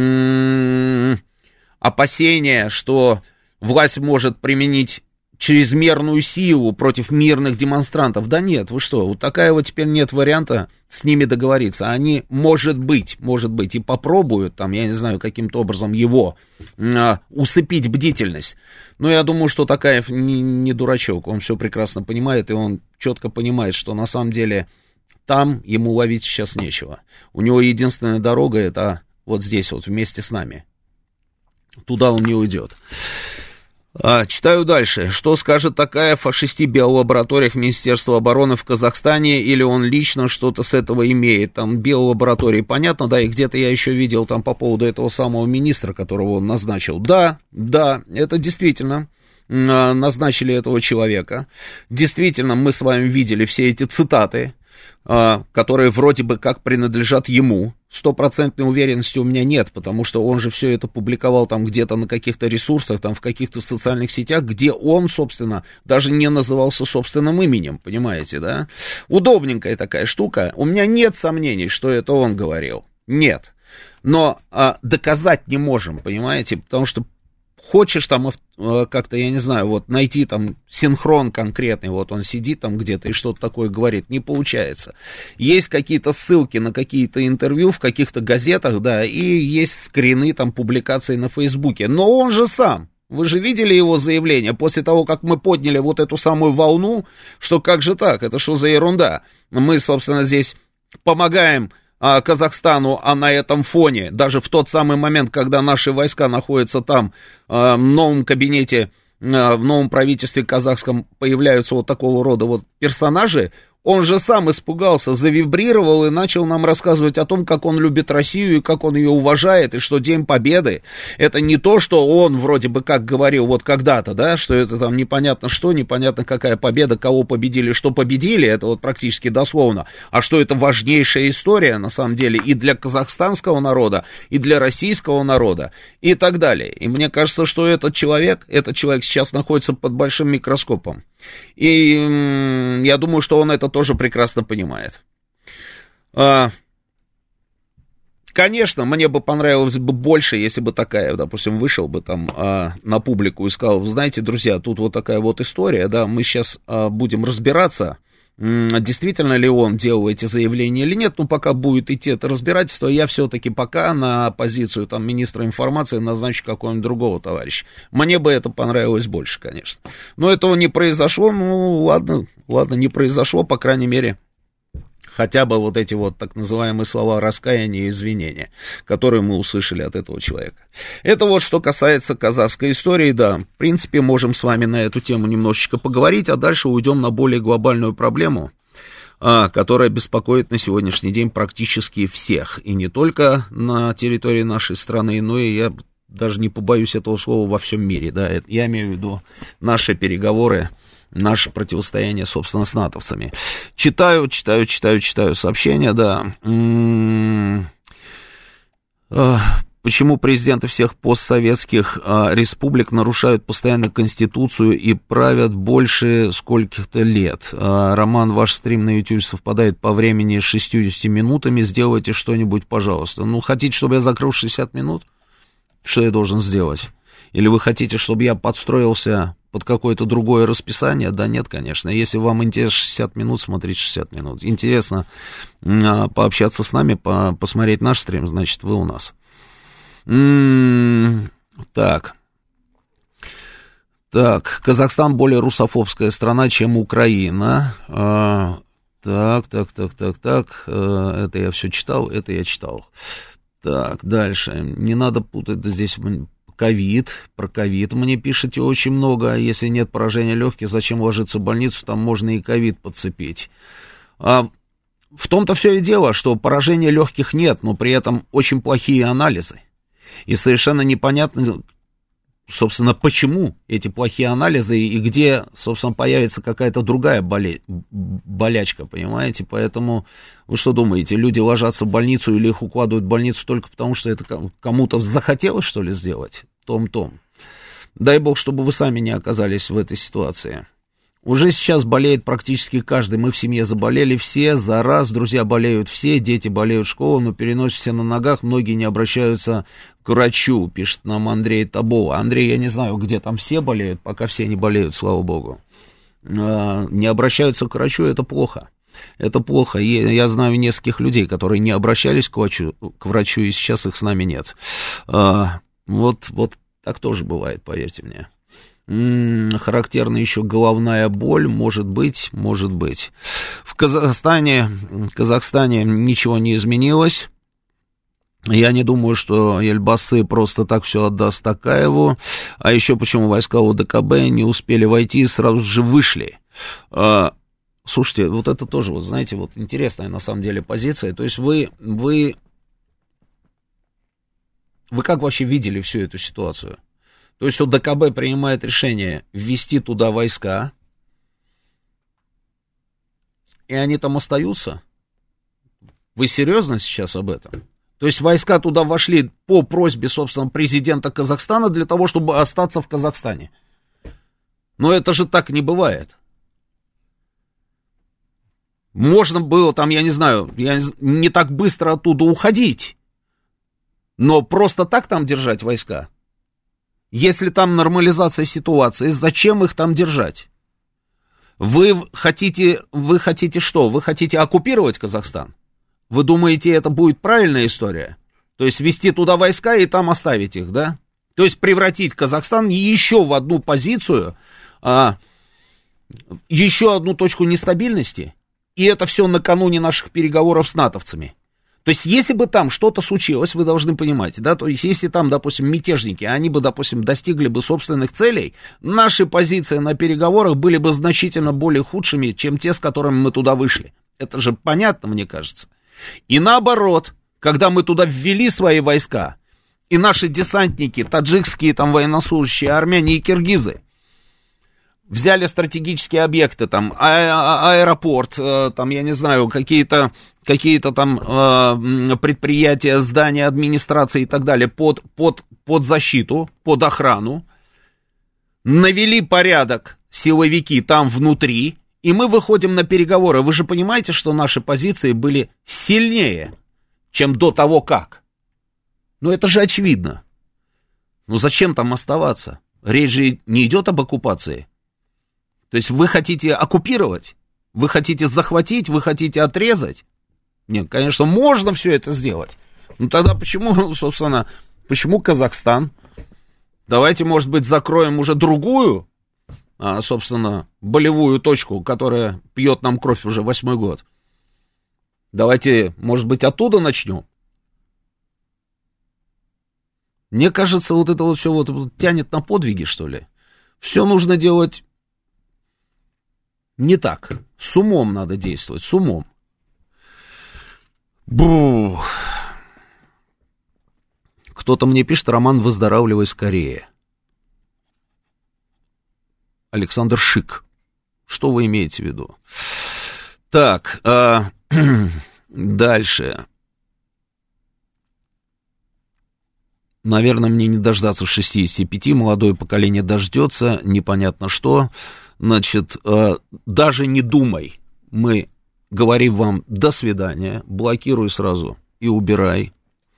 опасения, что власть может применить чрезмерную силу против мирных демонстрантов. Да нет, вы что, у Токаева теперь нет варианта с ними договориться. Они, может быть, и попробуют, там, я не знаю, каким-то образом его усыпить бдительность. Но я думаю, что Токаев не дурачок, он все прекрасно понимает, и он четко понимает, что на самом деле там ему ловить сейчас нечего. У него единственная дорога — это вот здесь, вот вместе с нами. Туда он не уйдет. Читаю дальше. Что скажет Токаев о 6 биолабораториях Министерства обороны в Казахстане, или он лично что-то с этого имеет? Там биолаборатории, понятно, да, и где-то я еще видел там по поводу этого самого министра, которого он назначил. Да, это действительно назначили этого человека. Действительно, мы с вами видели все эти цитаты, которые вроде бы как принадлежат ему. 100% уверенности у меня нет, потому что он же все это публиковал там где-то на каких-то ресурсах, там в каких-то социальных сетях, где он, собственно, даже не назывался собственным именем, понимаете, да? Удобненькая такая штука. У меня нет сомнений, что это он говорил. Нет. Но доказать не можем, понимаете, потому что хочешь там как-то, я не знаю, вот найти там синхрон конкретный, вот он сидит там где-то и что-то такое говорит, не получается. Есть какие-то ссылки на какие-то интервью в каких-то газетах, да, и есть скрины там публикаций на Фейсбуке, но он же сам, вы же видели его заявление после того, как мы подняли вот эту самую волну, что как же так, это что за ерунда? Мы, собственно, здесь помогаем Казахстану, а на этом фоне, даже в тот самый момент, когда наши войска находятся там, в новом кабинете, в новом правительстве казахском появляются вот такого рода вот персонажи, он же сам испугался, завибрировал и начал нам рассказывать о том, как он любит Россию и как он ее уважает, и что День Победы — это не то, что он вроде бы как говорил вот когда-то, да, что это там непонятно что, непонятно какая победа, кого победили, что победили, это вот практически дословно, а что это важнейшая история на самом деле и для казахстанского народа, и для российского народа, и так далее. И мне кажется, что этот человек сейчас находится под большим микроскопом. И я думаю, что он это тоже прекрасно понимает. Конечно, мне бы понравилось бы больше, если бы Токаев, допустим, вышел бы там на публику и сказал: знаете, друзья, тут вот такая вот история, да, мы сейчас будем разбираться, действительно ли он делал эти заявления или нет. Ну, пока будет идти это разбирательство, я все-таки пока на позицию там министра информации назначу какого-нибудь другого товарища. Мне бы это понравилось больше, конечно. Но этого не произошло, ну, ладно, не произошло, по крайней мере, хотя бы вот эти вот так называемые слова раскаяния и извинения, которые мы услышали от этого человека. Это вот что касается казахской истории, да. В принципе, можем с вами на эту тему немножечко поговорить, а дальше уйдем на более глобальную проблему, которая беспокоит на сегодняшний день практически всех. И не только на территории нашей страны, но и, я даже не побоюсь этого слова, во всем мире. Да. Я имею в виду наши переговоры, наше противостояние, собственно, с натовцами. Читаю сообщения, да. Почему президенты всех постсоветских республик нарушают постоянно Конституцию и правят больше скольких-то лет? Роман, ваш стрим на YouTube совпадает по времени с 60 минутами. Сделайте что-нибудь, пожалуйста. Ну, хотите, чтобы я закрыл 60 минут? Что я должен сделать? Или вы хотите, чтобы я подстроился под какое-то другое расписание? Да нет, конечно. Если вам интересно 60 минут, смотрите 60 минут. Интересно пообщаться с нами, посмотреть наш стрим, значит, вы у нас. Так, Казахстан более русофобская страна, чем Украина. Так, это я все читал, это я читал. Так, дальше, не надо путать, да здесь ковид, про ковид мне пишете очень много, если нет поражения легких, зачем ложиться в больницу, там можно и ковид подцепить. В том-то все и дело, что поражения легких нет, но при этом очень плохие анализы. И совершенно непонятно, собственно, почему эти плохие анализы и где, собственно, появится какая-то другая болячка, понимаете? Поэтому вы что думаете, люди ложатся в больницу или их укладывают в больницу только потому, что это кому-то захотелось, что ли, сделать? Том-том. Дай бог, чтобы вы сами не оказались в этой ситуации. Уже сейчас болеет практически каждый. Мы в семье заболели все, за раз, друзья болеют все, дети болеют в школу, но переносят все на ногах, многие не обращаются к врачу, пишет нам Андрей Табова. Андрей, я не знаю, где там все болеют, пока все не болеют, слава богу. Не обращаются к врачу, это плохо. Это плохо. Я знаю нескольких людей, которые не обращались к врачу, и сейчас их с нами нет. Вот так тоже бывает, поверьте мне. Характерна еще головная боль, может быть. В Казахстане ничего не изменилось. Я не думаю, что Эльбасы просто так все отдаст Токаеву. А еще почему войска ОДКБ не успели войти и сразу же вышли. Слушайте, вот это тоже, вот знаете, вот интересная на самом деле позиция. То есть вы как вообще видели всю эту ситуацию? То есть ОДКБ принимает решение ввести туда войска, и они там остаются? Вы серьезно сейчас об этом? То есть войска туда вошли по просьбе, собственно, президента Казахстана для того, чтобы остаться в Казахстане? Но это же так не бывает. Можно было там, я не знаю, не так быстро оттуда уходить, но просто так там держать войска? Если там нормализация ситуации, зачем их там держать? Вы хотите что? Вы хотите оккупировать Казахстан? Вы думаете, это будет правильная история? То есть ввести туда войска и там оставить их, да? То есть превратить Казахстан еще в одну позицию, еще одну точку нестабильности? И это все накануне наших переговоров с натовцами. То есть, если бы там что-то случилось, вы должны понимать, да, то есть, если там, допустим, мятежники, они бы, допустим, достигли бы собственных целей, наши позиции на переговорах были бы значительно более худшими, чем те, с которыми мы туда вышли. Это же понятно, мне кажется. И наоборот, когда мы туда ввели свои войска, и наши десантники, таджикские там военнослужащие, армяне и киргизы, взяли стратегические объекты, там, аэропорт, там, я не знаю, какие-то там предприятия, здания, администрации и так далее под защиту, под охрану, навели порядок силовики там внутри, и мы выходим на переговоры. Вы же понимаете, что наши позиции были сильнее, чем до того как? Ну, это же очевидно. Ну, зачем там оставаться? Речь же не идет об оккупации. То есть вы хотите оккупировать, вы хотите захватить, вы хотите отрезать? Нет, конечно, можно все это сделать. Ну тогда почему, собственно, почему Казахстан? Давайте, может быть, закроем уже другую, собственно, болевую точку, которая пьет нам кровь уже 8-й год. Давайте, может быть, оттуда начнем. Мне кажется, вот это вот все вот тянет на подвиги, что ли. Все нужно делать не так. С умом надо действовать, с умом. Бух. Кто-то мне пишет: Роман, выздоравливай скорее. Александр Шик. Что вы имеете в виду? Так, дальше. Наверное, мне не дождаться 65, молодое поколение дождется, непонятно что. Значит, даже не думай, мы говорим вам до свидания, блокируй сразу и убирай.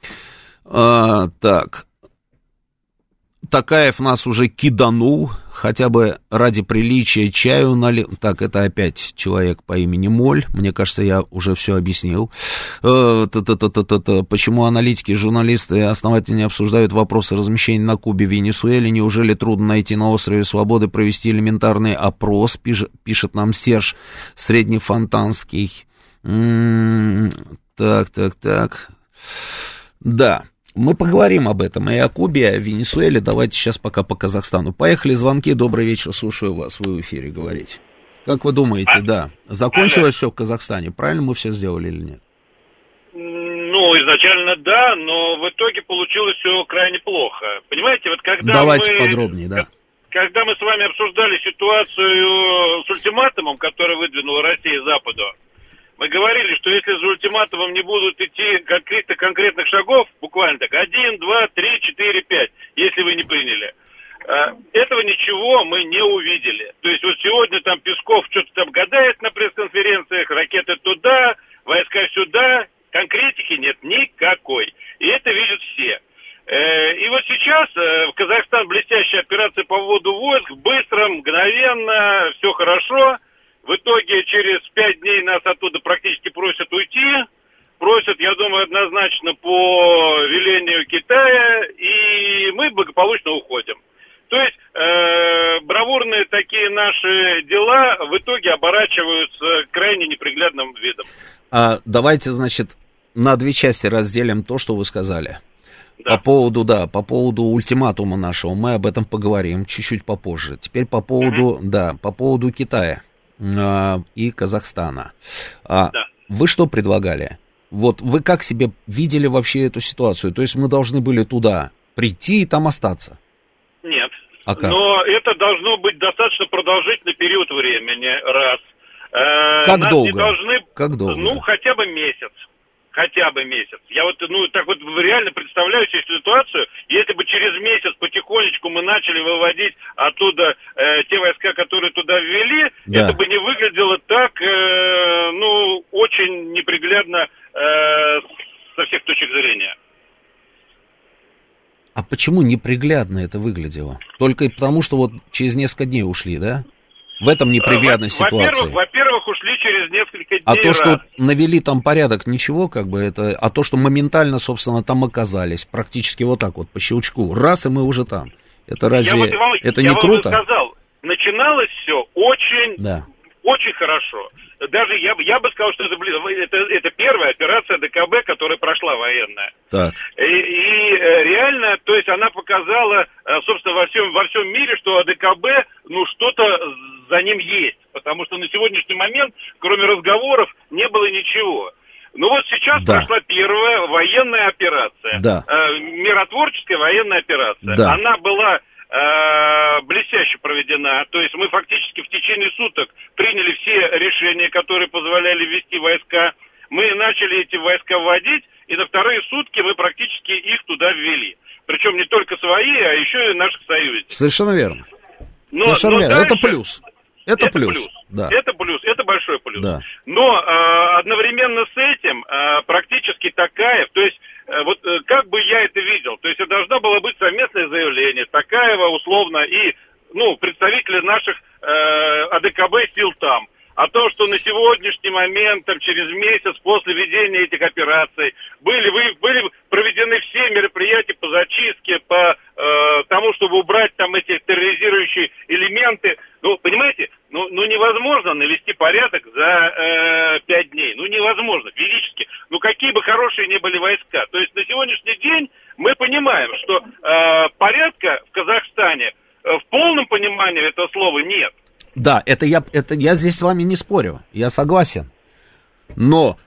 Так, Токаев нас уже киданул, хотя бы ради приличия чаю налил. Так, это опять человек по имени Моль, мне кажется, я уже все объяснил. Почему аналитики и журналисты основательно обсуждают вопросы размещения на Кубе, в Венесуэле? Неужели трудно найти на острове Свободы, провести элементарный опрос, пишет нам Серж Среднефонтанский. Так. Да. Мы поговорим об этом, и о Кубе, и о Венесуэле. Давайте сейчас пока по Казахстану. Поехали звонки. Добрый вечер, слушаю вас. Вы в эфире говорите. Как вы думаете, да, закончилось все в Казахстане? Правильно мы все сделали или нет? Ну, изначально да, но в итоге получилось все крайне плохо. Понимаете, вот когда Давайте подробнее, да. Когда мы с вами обсуждали ситуацию с ультиматумом, который выдвинула Россия Западу, мы говорили, что если за ультиматумом не будут идти каких-то конкретных шагов, буквально так, 1, 2, 3, 4, 5, если вы не приняли, этого ничего мы не увидели. То есть вот сегодня там Песков что-то там гадает на пресс-конференциях, ракеты туда, войска сюда, конкретики нет никакой. И это видят все. И вот сейчас в Казахстан блестящая операция по вводу войск, быстро, мгновенно, все хорошо. В итоге через 5 дней нас оттуда практически просят уйти. Просят, я думаю, однозначно по велению Китая, и мы благополучно уходим. То есть бравурные такие наши дела в итоге оборачиваются крайне неприглядным видом. Давайте, значит, на две части разделим то, что вы сказали. Да. По поводу ультиматума нашего, мы об этом поговорим чуть-чуть попозже. Теперь по поводу Китая и Казахстана. Да. Вы что предлагали? Вот вы как себе видели вообще эту ситуацию? То есть мы должны были туда прийти и там остаться? Нет. А как? Но это должно быть достаточно продолжительный период времени, раз. Как Нас долго? не должны, Как долго? Ну, хотя бы месяц. Хотя бы месяц. Я вот, так вот реально представляю себе ситуацию, если бы через месяц потихонечку мы начали выводить оттуда те войска, которые туда ввели, да. Это бы не выглядело так, очень неприглядно со всех точек зрения. А почему неприглядно это выглядело? Только и потому, что вот через несколько дней ушли, да? В этом неприглядность ситуации. Во-первых, ушли через несколько дней. А то, что навели там порядок, ничего, как бы это... А то, что моментально, собственно, там оказались, практически вот так вот, по щелчку. Раз, и мы уже там. Это разве... это не круто? Я вам сказал, начиналось все очень хорошо. Даже я бы сказал, что это первая операция ДКБ, которая прошла военная. Так. И реально, то есть она показала, собственно, во всем мире, что АДКБ, что-то за ним есть. Потому что на сегодняшний момент, кроме разговоров, не было ничего. Ну вот сейчас прошла первая военная операция. Да. Миротворческая военная операция. Да. Она была блестяще проведена. То есть мы фактически в течение суток приняли все решения, которые позволяли ввести войска. Мы начали эти войска вводить, и на вторые сутки мы практически их туда ввели. Причем не только свои, а еще и наших союзников. Совершенно верно. Совершенно верно. Дальше... Это плюс. Это плюс. Да. Это плюс, это большой плюс. Да. Но одновременно с этим практически Токаев, то есть вот как бы я это видел, то есть это должно было быть совместное заявление Токаева условно и представители наших АДКБ сил там. О том, что на сегодняшний момент, через месяц после ведения этих операций, были проведены все мероприятия по зачистке, по тому, чтобы убрать там эти терроризирующие элементы. Понимаете, невозможно навести порядок за 5 дней. Невозможно, физически. Какие бы хорошие ни были войска. То есть на сегодняшний день мы понимаем, что порядка в Казахстане в полном понимании этого слова нет. Да, это я здесь с вами не спорю, я согласен. Но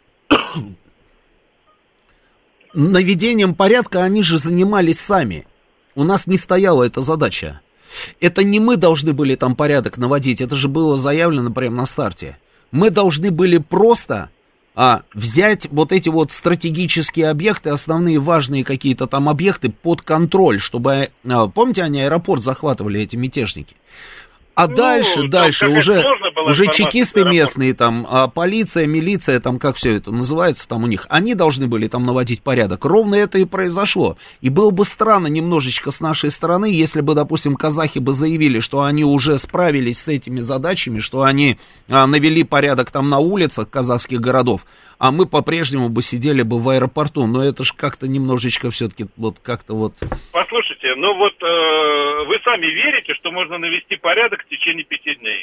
наведением порядка они же занимались сами. У нас не стояла эта задача. Это не мы должны были там порядок наводить, это же было заявлено прямо на старте. Мы должны были просто взять вот эти вот стратегические объекты, основные важные какие-то там объекты под контроль, чтобы, помните, они аэропорт захватывали, эти мятежники. А дальше уже чекисты местные, там, полиция, милиция, там, как все это называется, там у них, они должны были там наводить порядок. Ровно это и произошло. И было бы странно немножечко с нашей стороны, если бы, допустим, казахи бы заявили, что они уже справились с этими задачами, что они навели порядок там на улицах казахских городов, а мы по-прежнему бы сидели бы в аэропорту. Но это же как-то немножечко все-таки вот как-то вот... Послушайте, вы сами верите, что можно навести порядок в течение 5 дней?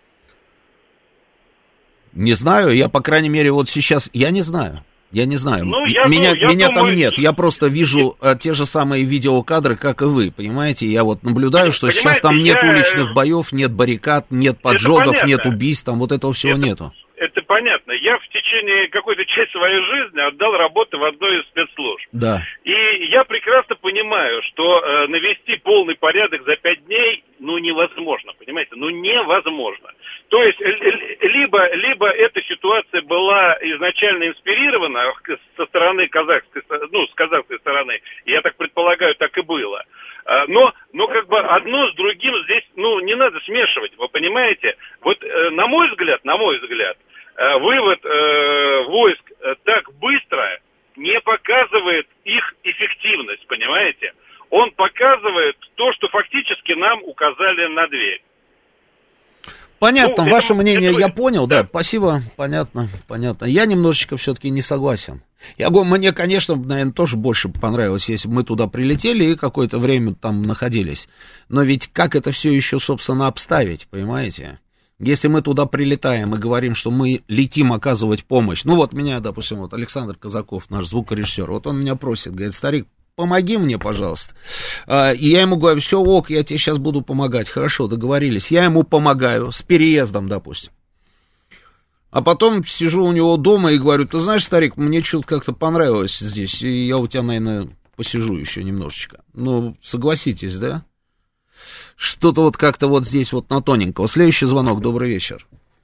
Не знаю, я, по крайней мере, вот сейчас, я не знаю. Меня думаю, там нет, я просто вижу те же самые видеокадры, как и вы, понимаете, я вот наблюдаю, что сейчас там нет уличных боев, нет баррикад, нет поджогов, нет убийств, там вот этого всего нету. это понятно. Я в течение какой-то части своей жизни отдал работы в одной из спецслужб. Да. И я прекрасно понимаю, что навести полный порядок за 5 дней, невозможно, понимаете? Невозможно. То есть, либо эта ситуация была изначально инспирирована со стороны с казахской стороны, я так предполагаю, так и было. Но как бы одно с другим здесь, не надо смешивать, вы понимаете? Вот, на мой взгляд, вывод войск так быстро не показывает их эффективность, понимаете? Он показывает то, что фактически нам указали на дверь. Понятно, ваше мнение я понял, да, спасибо, понятно. Я немножечко все-таки не согласен. Мне, конечно, наверное, тоже больше понравилось, если бы мы туда прилетели и какое-то время там находились. Но ведь как это все еще, собственно, обставить, понимаете? Если мы туда прилетаем и говорим, что мы летим оказывать помощь, меня, допустим, Александр Казаков, наш звукорежиссер, он меня просит, говорит, старик, помоги мне, пожалуйста. И я ему говорю, все, ок, я тебе сейчас буду помогать. Хорошо, договорились. Я ему помогаю с переездом, допустим. А потом сижу у него дома и говорю, ты знаешь, старик, мне что-то как-то понравилось здесь, и я у тебя, наверное, посижу еще немножечко. Согласитесь, да? Что-то вот как-то вот здесь вот на тоненького. Следующий звонок, добрый вечер.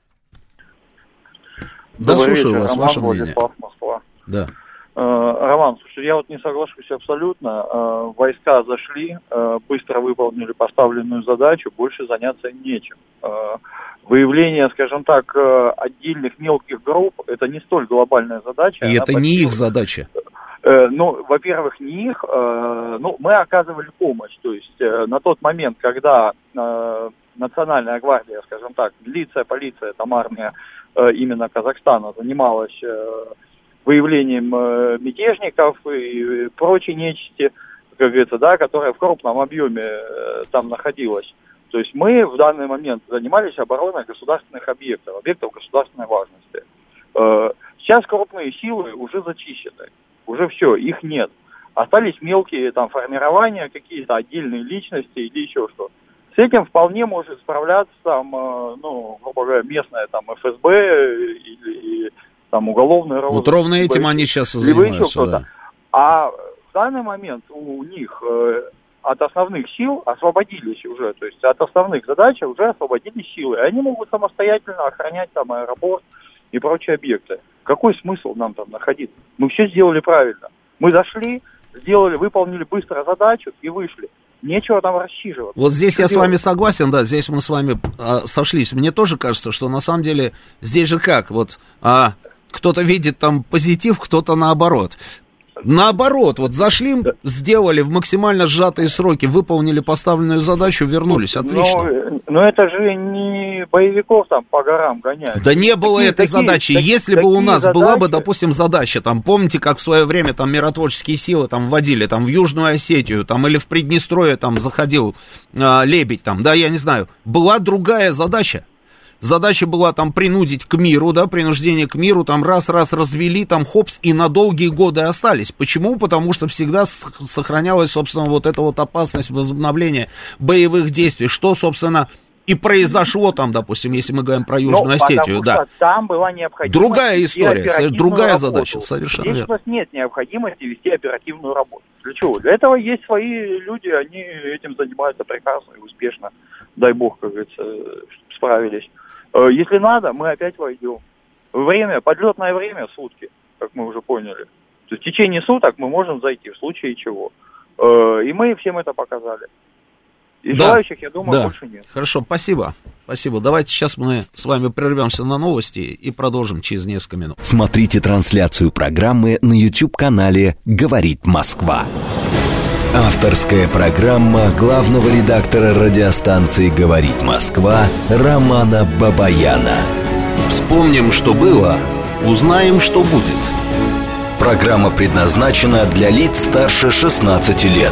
Добрый слушаю вечер. вас, Роман, ваше мнение. Владислав, Москва. Да. Роман, слушай, я не соглашусь абсолютно. Войска зашли, быстро выполнили поставленную задачу, больше заняться нечем. Выявление, скажем так, отдельных мелких групп, это не столь глобальная задача. И это не их задача. Во-первых, не их, мы оказывали помощь. То есть на тот момент, когда Национальная гвардия, скажем так, милиция, полиция, там армия именно Казахстана занималась выявлением мятежников и прочей нечисти, как говорится, да, которая в крупном объеме там находилась. То есть мы в данный момент занимались обороной государственных объектов государственной важности. Сейчас крупные силы уже зачищены, уже все, их нет. Остались мелкие там формирования, какие-то отдельные личности или еще что. С этим вполне может справляться там, грубо говоря, местная там ФСБ или там уголовный розыск. Вот ровно этим они сейчас и занимаются, да. А в данный момент у них от основных сил освободились уже, то есть от основных задач уже освободились силы. И они могут самостоятельно охранять там аэропорт и прочие объекты. Какой смысл нам там находиться? Мы все сделали правильно. Мы зашли, выполнили быстро задачу и вышли. Нечего там рассчитываться. Вот здесь я с вами согласен, да, здесь мы с вами сошлись. Мне тоже кажется, что на самом деле здесь же как, кто-то видит там позитив, кто-то наоборот. Наоборот, вот зашли, сделали в максимально сжатые сроки, выполнили поставленную задачу, вернулись, отлично. Но это же не боевиков там по горам гоняют. Да не было этой задачи. Если бы у нас была бы, допустим, задача, там, помните, как в свое время там миротворческие силы там вводили, там, в Южную Осетию, там, или в Приднестровье там заходил Лебедь, там, да, я не знаю, была другая задача. Задача была там принудить к миру, да, принуждение к миру, там раз развели, там хопс, и на долгие годы остались. Почему? Потому что всегда сохранялась, собственно, вот эта вот опасность возобновления боевых действий, что, собственно, и произошло там, допустим, если мы говорим про Южную Осетию, да. Там была необходимость. Другая история, другая задача, совершенно верно. Здесь у нас нет необходимости вести оперативную работу. Для чего? Для этого есть свои люди, они этим занимаются прекрасно и успешно. Дай бог, как говорится, справились. Если надо, мы опять войдем. Подлетное время сутки, как мы уже поняли. То есть в течение суток мы можем зайти, в случае чего. И мы всем это показали. И желающих, я думаю, больше нет. Хорошо, спасибо. Давайте сейчас мы с вами прервемся на новости и продолжим через несколько минут. Смотрите трансляцию программы на YouTube-канале «Говорит Москва». Авторская программа главного редактора радиостанции «Говорит Москва» Романа Бабаяна. Вспомним, что было, узнаем, что будет. Программа предназначена для лиц старше 16 лет.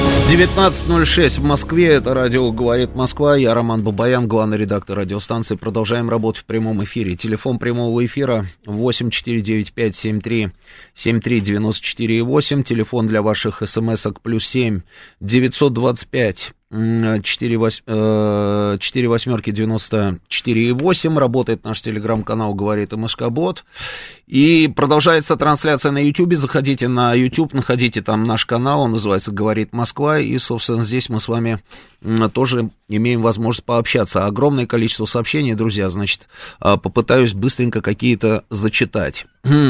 19:06 в Москве, это радио «Говорит Москва», я Роман Бабаян, главный редактор радиостанции. Продолжаем работу в прямом эфире. Телефон прямого эфира 8495-73-73-94-8. Телефон для ваших смс-ок +7 925 4/8-94,8, работает наш телеграм-канал «Говорит МСК-бот». И продолжается трансляция на YouTube. Заходите на YouTube, находите там наш канал, он называется «Говорит Москва». И, собственно, здесь мы с вами тоже имеем возможность пообщаться. Огромное количество сообщений, друзья, значит, попытаюсь быстренько какие-то зачитать.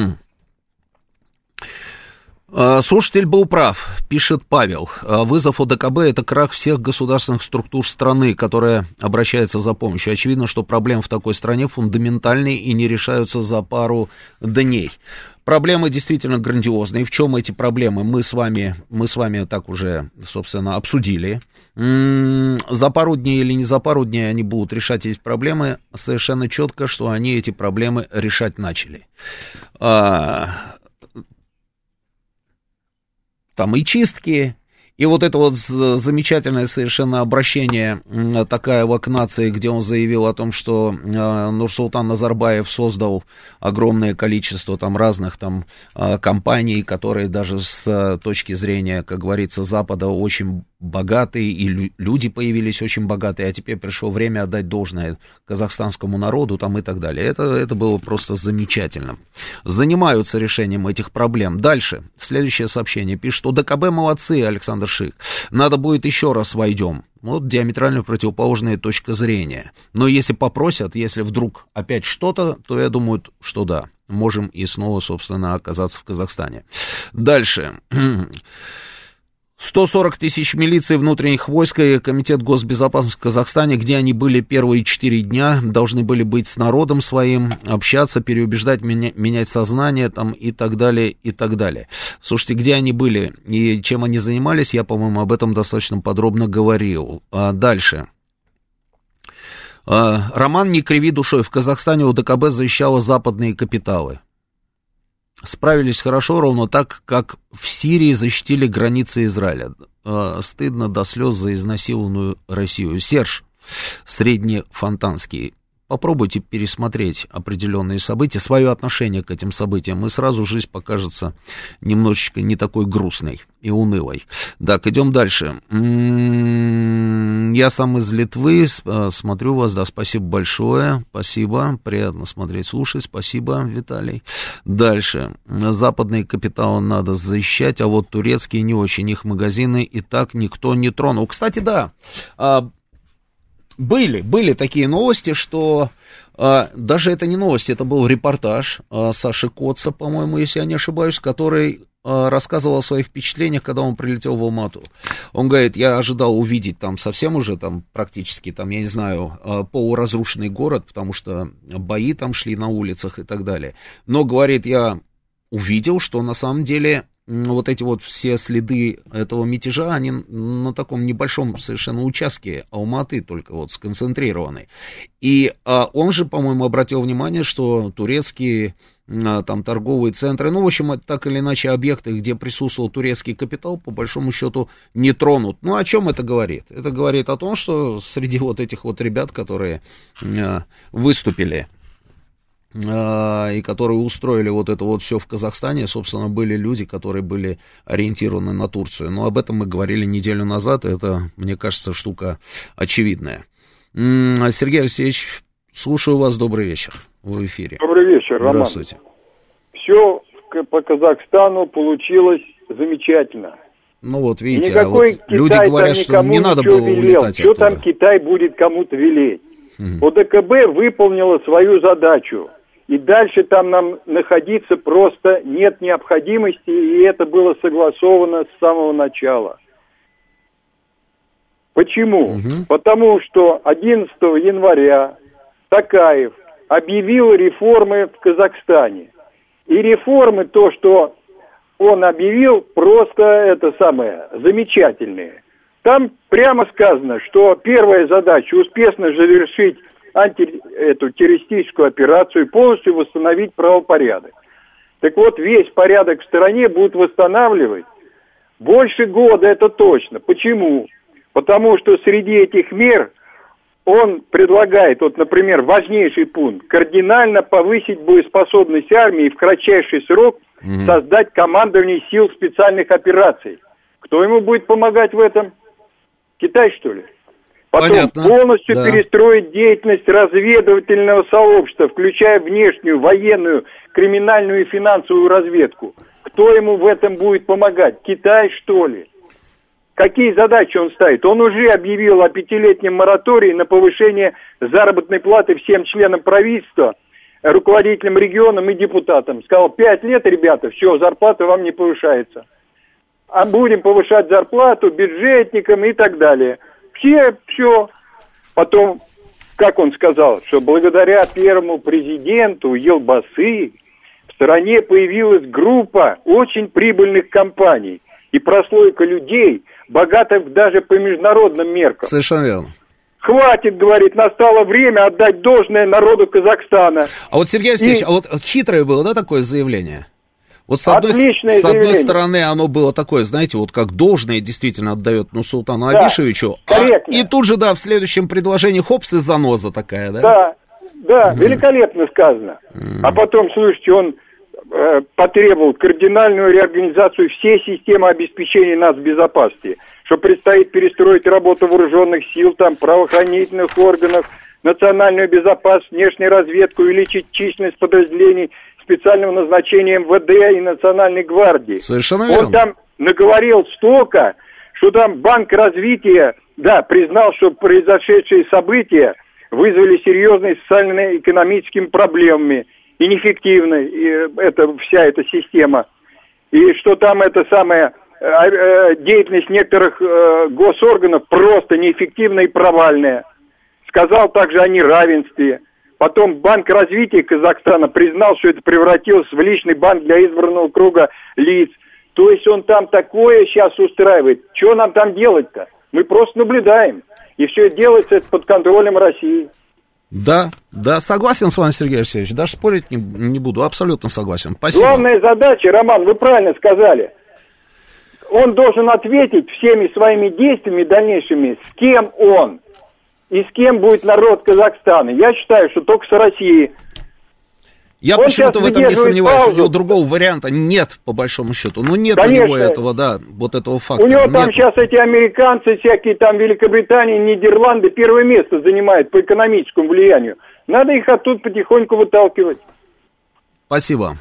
Слушатель был прав, пишет Павел. Вызов ОДКБ — это крах всех государственных структур страны, которые обращаются за помощью. Очевидно, что проблемы в такой стране фундаментальные и не решаются за пару дней. Проблемы действительно грандиозные. В чем эти проблемы? Мы с вами так уже, собственно, обсудили. За пару дней или не за пару дней они будут решать эти проблемы. Совершенно четко, что они эти проблемы решать начали. Там и чистки, и вот это вот замечательное совершенно обращение Токаева к нации, где он заявил о том, что Нурсултан Назарбаев создал огромное количество там разных там компаний, которые даже с точки зрения, как говорится, Запада очень богатые, и люди появились очень богатые, а теперь пришло время отдать должное казахстанскому народу там и так далее. Это было просто замечательно. Занимаются решением этих проблем. Дальше, следующее сообщение пишет: ОДКБ молодцы, Александр Шик. Надо будет еще раз войдем. Вот диаметрально противоположная точка зрения. Но если попросят, если вдруг опять что-то, то я думаю, что да, можем и снова, собственно, оказаться в Казахстане. Дальше. 140 тысяч милиции, внутренних войск и Комитет госбезопасности в Казахстане, где они были первые 4 дня, должны были быть с народом своим, общаться, переубеждать, менять сознание там, и так далее, и так далее. Слушайте, где они были и чем они занимались, я, по-моему, об этом достаточно подробно говорил. Дальше. Роман «Не криви душой». В Казахстане ОДКБ защищала западные капиталы. Справились хорошо, ровно так, как в Сирии защитили границы Израиля. Стыдно до слез за изнасилованную Россию. Серж Среднефонтанский. Попробуйте пересмотреть определенные события, свое отношение к этим событиям, и сразу жизнь покажется немножечко не такой грустной и унылой. Так, идем дальше. Я сам из Литвы, смотрю вас, да, спасибо большое, спасибо, приятно смотреть, слушать, спасибо, Виталий. Дальше. Западные капиталы надо защищать, а вот турецкие не очень, их магазины и так никто не тронул. Кстати, да, были такие новости, что даже это не новости, это был репортаж Саши Коца, по-моему, если я не ошибаюсь, который рассказывал о своих впечатлениях, когда он прилетел в Алмату. Он говорит, я ожидал увидеть там совсем уже там практически, там, я не знаю, полуразрушенный город, потому что бои там шли на улицах и так далее. Но, говорит, я увидел, что на самом деле вот эти вот все следы этого мятежа, они на таком небольшом совершенно участке Алматы только вот сконцентрированы. И он же, по-моему, обратил внимание, что турецкие там торговые центры, ну, в общем, так или иначе объекты, где присутствовал турецкий капитал, по большому счету не тронут. Ну, о чем это говорит? Это говорит о том, что среди вот этих вот ребят, которые выступили и которые устроили вот это вот все в Казахстане, собственно, были люди, которые были ориентированы на Турцию. Но об этом мы говорили неделю назад, это, мне кажется, штука очевидная. Сергей Алексеевич, слушаю вас, добрый вечер, в эфире. Добрый вечер, Роман. Здравствуйте. Все по Казахстану получилось замечательно. Ну вот, видите, никакой вот люди говорят, что не надо было улетать Что оттуда. там Китай будет кому-то велеть? ОДКБ выполнила свою задачу. И дальше там нам находиться просто нет необходимости, и это было согласовано с самого начала. Почему? Потому что 11 января Токаев объявил реформы в Казахстане. И реформы, то, что он объявил, просто это самое, замечательные. Там прямо сказано, что первая задача успешно завершить эту террористическую операцию и полностью восстановить правопорядок. Так вот, весь порядок в стране будут восстанавливать больше года, это точно. Почему? Потому что среди этих мер он предлагает, вот, например, важнейший пункт, кардинально повысить боеспособность армии и в кратчайший срок создать командование сил специальных операций. Кто ему будет помогать в этом? Китай, что ли? Потом понятно. полностью Да. перестроить деятельность разведывательного сообщества, включая внешнюю, военную, криминальную и финансовую разведку. Кто ему в этом будет помогать? Китай, что ли? Какие задачи он ставит? Он уже объявил о 5-летнем моратории на повышение заработной платы всем членам правительства, руководителям регионам и депутатам. Сказал, 5 лет, ребята, все, зарплата вам не повышается. А будем повышать зарплату бюджетникам и так далее. Все. Потом, как он сказал, что благодаря первому президенту Елбасы в стране появилась группа очень прибыльных компаний и прослойка людей, богатых даже по международным меркам. Совершенно верно. Хватит, говорит, настало время отдать должное народу Казахстана. А вот, Сергей Алексеевич, а вот хитрое было, да, такое заявление? Вот с одной стороны, оно было такое, знаете, вот как должное действительно отдает Нурсултану Абишевичу, и тут же, да, в следующем предложении, хопс, и заноза такая, да? Да, великолепно сказано. А потом, слушайте, он потребовал кардинальную реорганизацию всей системы обеспечения нас безопасности, что предстоит перестроить работу вооруженных сил, там, правоохранительных органов, национальную безопасность, внешнюю разведку, увеличить численность подразделений специального назначения МВД и Национальной гвардии. Совершенно верно. Он там наговорил столько, что там Банк развития, да, признал, что произошедшие события вызвали серьезные социально-экономическими проблемами и неэффективной вся эта система. И что там деятельность некоторых госорганов просто неэффективная и провальная. Сказал также о неравенстве. Потом Банк развития Казахстана признал, что это превратилось в личный банк для избранного круга лиц. То есть он там такое сейчас устраивает. Что нам там делать-то? Мы просто наблюдаем. И все это делается под контролем России. Да, согласен с вами, Сергей Алексеевич. Даже спорить не буду, абсолютно согласен. Спасибо. Главная задача, Роман, вы правильно сказали. Он должен ответить всеми своими действиями дальнейшими, с кем он. И с кем будет народ Казахстана? Я считаю, что только с Россией. Я почему-то в этом не сомневаюсь. У него другого варианта нет, по большому счету. Ну, нет, конечно, у него этого, да, вот этого факта. У него там сейчас эти американцы, всякие там Великобритания, Нидерланды первое место занимают по экономическому влиянию. Надо их оттуда потихоньку выталкивать. Спасибо.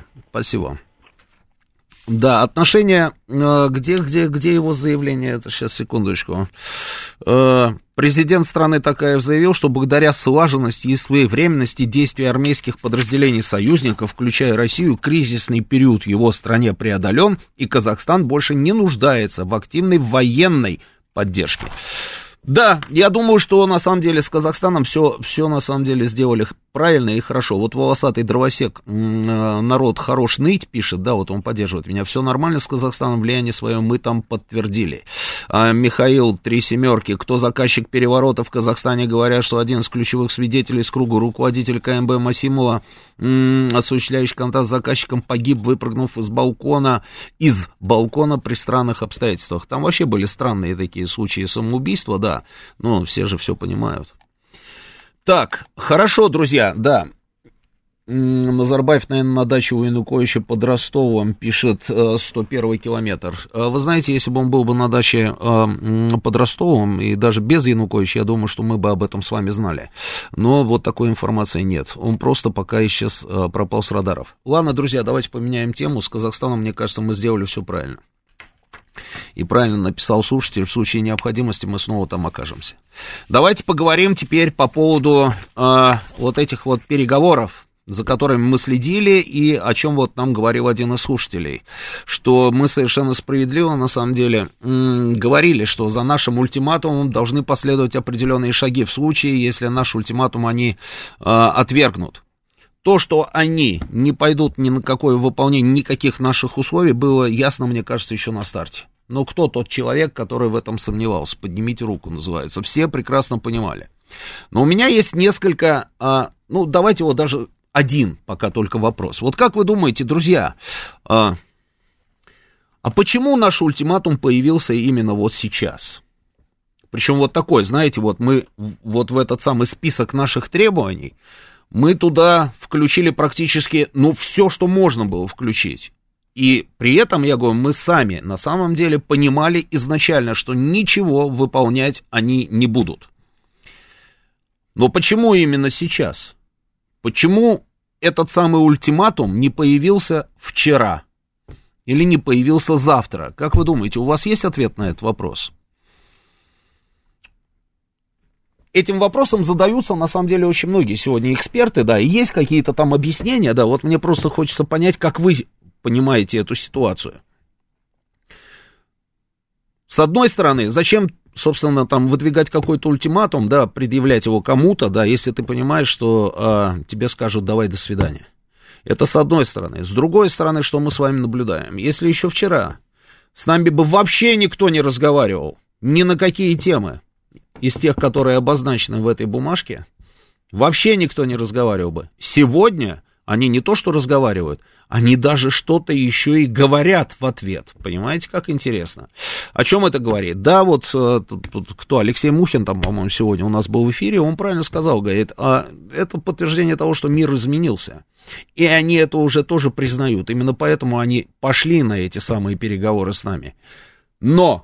Да, отношения, где его заявление, это сейчас, секундочку. Президент страны Токаев заявил, что благодаря слаженности и своевременности действий армейских подразделений союзников, включая Россию, кризисный период в его стране преодолен, и Казахстан больше не нуждается в активной военной поддержке. Да, я думаю, что на самом деле с Казахстаном все на самом деле сделали правильно и хорошо. Вот волосатый дровосек, народ хорош ныть, пишет, да, вот он поддерживает меня. Все нормально с Казахстаном, влияние свое мы там подтвердили. Михаил, 3 семерки, кто заказчик переворота в Казахстане, говорят, что один из ключевых свидетелей из круга руководитель КМБ Масимова, осуществляющий контакт с заказчиком, погиб, выпрыгнув из балкона при странных обстоятельствах. Там вообще были странные такие случаи самоубийства, да, но все же все понимают. Так, хорошо, друзья, да. Назарбаев, наверное, на даче у Януковича под Ростовом, пишет 101 километр. Вы знаете, если бы он был бы на даче под Ростовом, и даже без Януковича, я думаю, что мы бы об этом с вами знали. Но вот такой информации нет. Он просто пока исчез, пропал с радаров. Ладно, друзья, давайте поменяем тему. С Казахстаном, мне кажется, мы сделали все правильно. И правильно написал слушатель, в случае необходимости мы снова там окажемся. Давайте поговорим теперь по поводу вот этих вот переговоров, за которыми мы следили, и о чем вот нам говорил один из слушателей, что мы совершенно справедливо, на самом деле, говорили, что за нашим ультиматумом должны последовать определенные шаги в случае, если наш ультиматум они отвергнут. То, что они не пойдут ни на какое выполнение никаких наших условий, было ясно, мне кажется, еще на старте. Но кто тот человек, который в этом сомневался? Поднимите руку, называется. Все прекрасно понимали. Но у меня есть несколько, давайте вот даже один пока только вопрос. Вот как вы думаете, друзья, а почему наш ультиматум появился именно вот сейчас? Причем вот такой, знаете, вот мы вот в этот самый список наших требований, мы туда включили практически, все, что можно было включить. И при этом, я говорю, мы сами на самом деле понимали изначально, что ничего выполнять они не будут. Но почему именно сейчас? Почему этот самый ультиматум не появился вчера? Или не появился завтра? Как вы думаете, у вас есть ответ на этот вопрос? Этим вопросом задаются, на самом деле, очень многие сегодня эксперты, да, и есть какие-то там объяснения, да, вот мне просто хочется понять, как вы понимаете эту ситуацию. С одной стороны, зачем, собственно, там выдвигать какой-то ультиматум, да, предъявлять его кому-то, да, если ты понимаешь, что тебе скажут «давай, до свидания». Это с одной стороны. С другой стороны, что мы с вами наблюдаем? Если еще вчера с нами бы вообще никто не разговаривал, ни на какие темы из тех, которые обозначены в этой бумажке, вообще никто не разговаривал бы. Сегодня они не то что разговаривают, они даже что-то еще и говорят в ответ. Понимаете, как интересно? О чем это говорит? Да, вот кто, Алексей Мухин, там, по-моему, сегодня у нас был в эфире, он правильно сказал, говорит, это подтверждение того, что мир изменился. И они это уже тоже признают. Именно поэтому они пошли на эти самые переговоры с нами. Но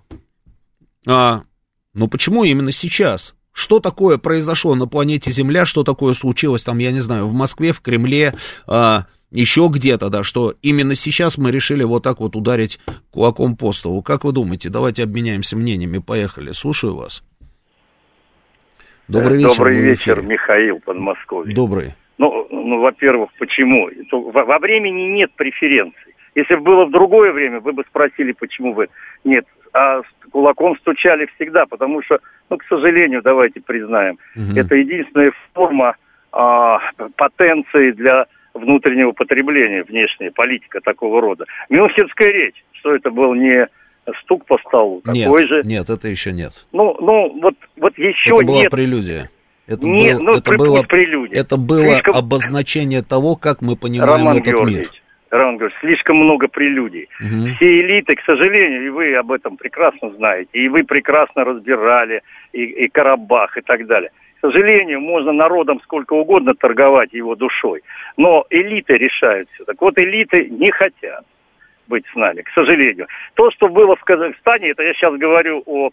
почему именно сейчас? Что такое произошло на планете Земля, что такое случилось там, я не знаю, в Москве, в Кремле, еще где-то, да, что именно сейчас мы решили вот так вот ударить кулаком по столу. Как вы думаете? Давайте обменяемся мнениями. Поехали. Слушаю вас. Добрый вечер. Добрый вечер, Михаил, Подмосковье. Добрый. Ну, во-первых, почему? Во времени нет преференций. Если бы было в другое время, вы бы спросили, почему вы нет. А кулаком стучали всегда, потому что, к сожалению, давайте признаем, это единственная форма потенции для внутреннего потребления, внешняя политика такого рода. Мюнхенская речь, что это был не стук по столу, такой же. Нет, это еще нет. Вот еще это была нет. Прелюдия. Это прелюдия. Это было обозначение того, как мы понимаем Роман этот мир. Роман Георгиевич, слишком много прелюдий. Все элиты, к сожалению, и вы об этом прекрасно знаете, и вы прекрасно разбирали и Карабах, и так далее. К сожалению, можно народом сколько угодно торговать его душой, но элиты решают все. Так вот, элиты не хотят быть с нами, к сожалению. То, что было в Казахстане, это я сейчас говорю о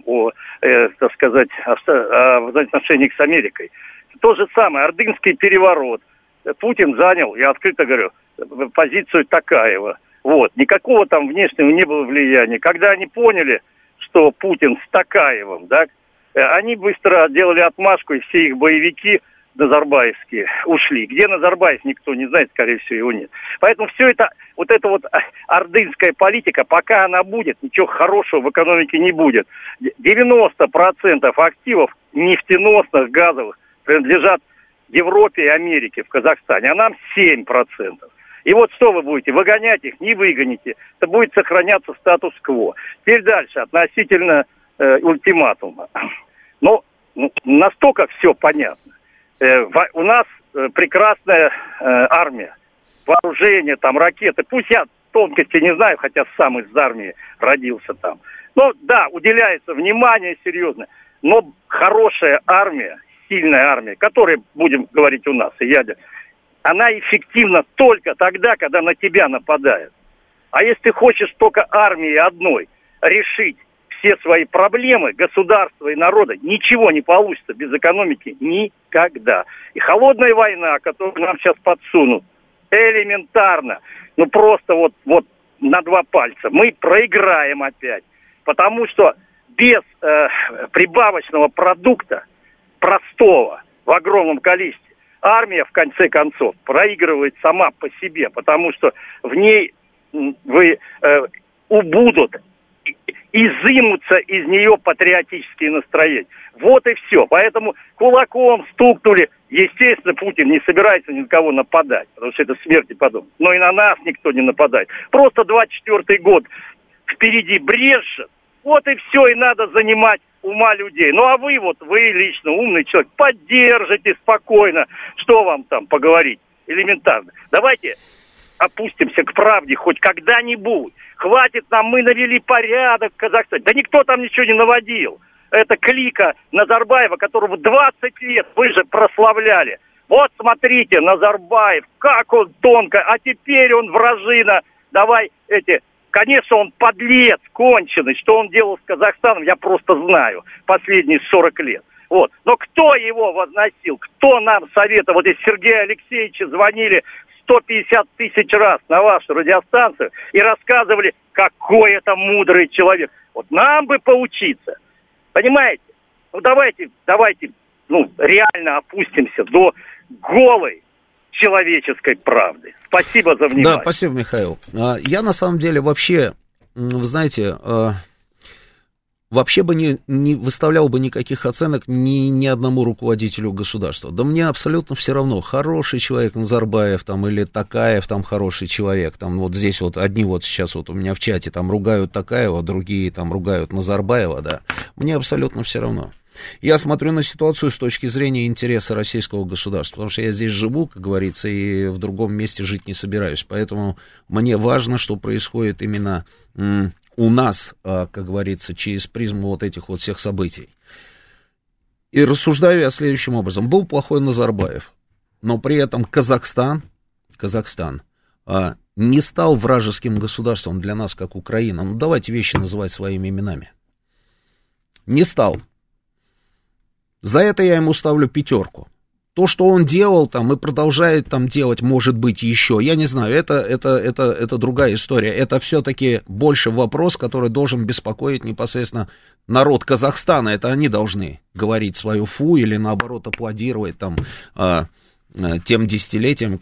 взаимоотношениях с Америкой. То же самое, Ордынский переворот. Путин занял, я открыто говорю, позицию Токаева. Вот. Никакого там внешнего не было влияния. Когда они поняли, что Путин с Токаевым, да, они быстро делали отмашку, и все их боевики назарбаевские ушли. Где Назарбаев, никто не знает, скорее всего, его нет. Поэтому все это, вот эта вот ордынская политика, пока она будет, ничего хорошего в экономике не будет. 90% активов нефтеносных, газовых принадлежат Европе и Америке, в Казахстане, а нам 7%. И вот что вы будете? Выгонять их? Не выгоните. Это будет сохраняться статус-кво. Теперь дальше, относительно ультиматума. Но настолько все понятно. У нас прекрасная армия, вооружение, там, ракеты. Пусть я тонкости не знаю, хотя сам из армии родился там. Но да, уделяется внимание серьезно. Но хорошая армия, сильная армия, которая, будем говорить у нас, и ядер, она эффективна только тогда, когда на тебя нападают. А если ты хочешь только армией одной решить все свои проблемы государства и народа, ничего не получится без экономики никогда. И холодная война, которую нам сейчас подсунут, элементарно, просто вот на два пальца, мы проиграем опять. Потому что без прибавочного продукта, простого, в огромном количестве, армия, в конце концов, проигрывает сама по себе, потому что в ней убудут, изымутся из нее патриотические настроения. Вот и все. Поэтому кулаком стукнули. Естественно, Путин не собирается ни на кого нападать, потому что это смерти подобно. Но и на нас никто не нападает. Просто 24-й год впереди брежет. Вот и все, и надо занимать ума людей. Ну, а вы лично умный человек, поддержите спокойно. Что вам там поговорить? Элементарно. Давайте опустимся к правде хоть когда-нибудь. Хватит нам, мы навели порядок в Казахстане. Да никто там ничего не наводил. Это клика Назарбаева, которого 20 лет вы же прославляли. Вот смотрите, Назарбаев, как он тонко, а теперь он вражина давай Конечно, он подлец конченый. Что он делал с Казахстаном, я просто знаю. Последние 40 лет. Вот. Но кто его возносил? Кто нам советовал? Вот здесь Сергею Алексеевичу звонили 150 тысяч раз на вашу радиостанцию и рассказывали, какой это мудрый человек. Вот нам бы поучиться. Понимаете? Ну, давайте, реально опустимся до голой человеческой правды. Спасибо за внимание. Да, спасибо, Михаил. Я на самом деле вообще, вы знаете, вообще бы не выставлял бы никаких оценок ни одному руководителю государства. Да мне абсолютно все равно, хороший человек Назарбаев там или Токаев там хороший человек. Там вот здесь вот одни вот сейчас вот у меня в чате там ругают Токаева, другие там ругают Назарбаева, да. Мне абсолютно все равно. Я смотрю на ситуацию с точки зрения интереса российского государства, потому что я здесь живу, как говорится, и в другом месте жить не собираюсь. Поэтому мне важно, что происходит именно у нас, как говорится, через призму вот этих вот всех событий. И рассуждаю я следующим образом. Был плохой Назарбаев, но при этом Казахстан не стал вражеским государством для нас, как Украина. Ну, давайте вещи называть своими именами. Не стал. За это я ему ставлю 5. То, что он делал там и продолжает там делать, может быть, еще, я не знаю, это другая история. Это все-таки больше вопрос, который должен беспокоить непосредственно народ Казахстана. Это они должны говорить свою фу или, наоборот, аплодировать там тем десятилетиям,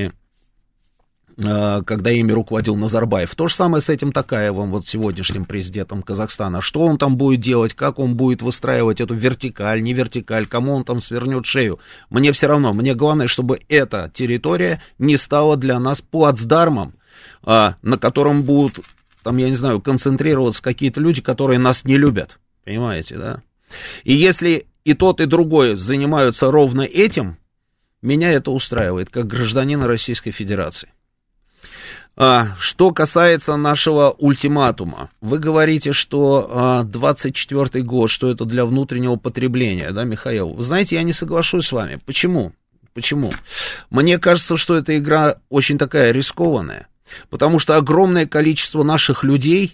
когда ими руководил Назарбаев. То же самое с этим Токаевым, вот сегодняшним президентом Казахстана. Что он там будет делать, как он будет выстраивать эту вертикаль, не вертикаль, кому он там свернет шею. Мне все равно, мне главное, чтобы эта территория не стала для нас плацдармом, на котором будут, там, я не знаю, концентрироваться какие-то люди, которые нас не любят. Понимаете, да? И если и тот, и другой занимаются ровно этим, меня это устраивает, как гражданина Российской Федерации. Что касается нашего ультиматума, вы говорите, что 24-й год, что это для внутреннего потребления, да, Михаил? Вы знаете, я не соглашусь с вами. Почему? Мне кажется, что эта игра очень такая рискованная, потому что огромное количество наших людей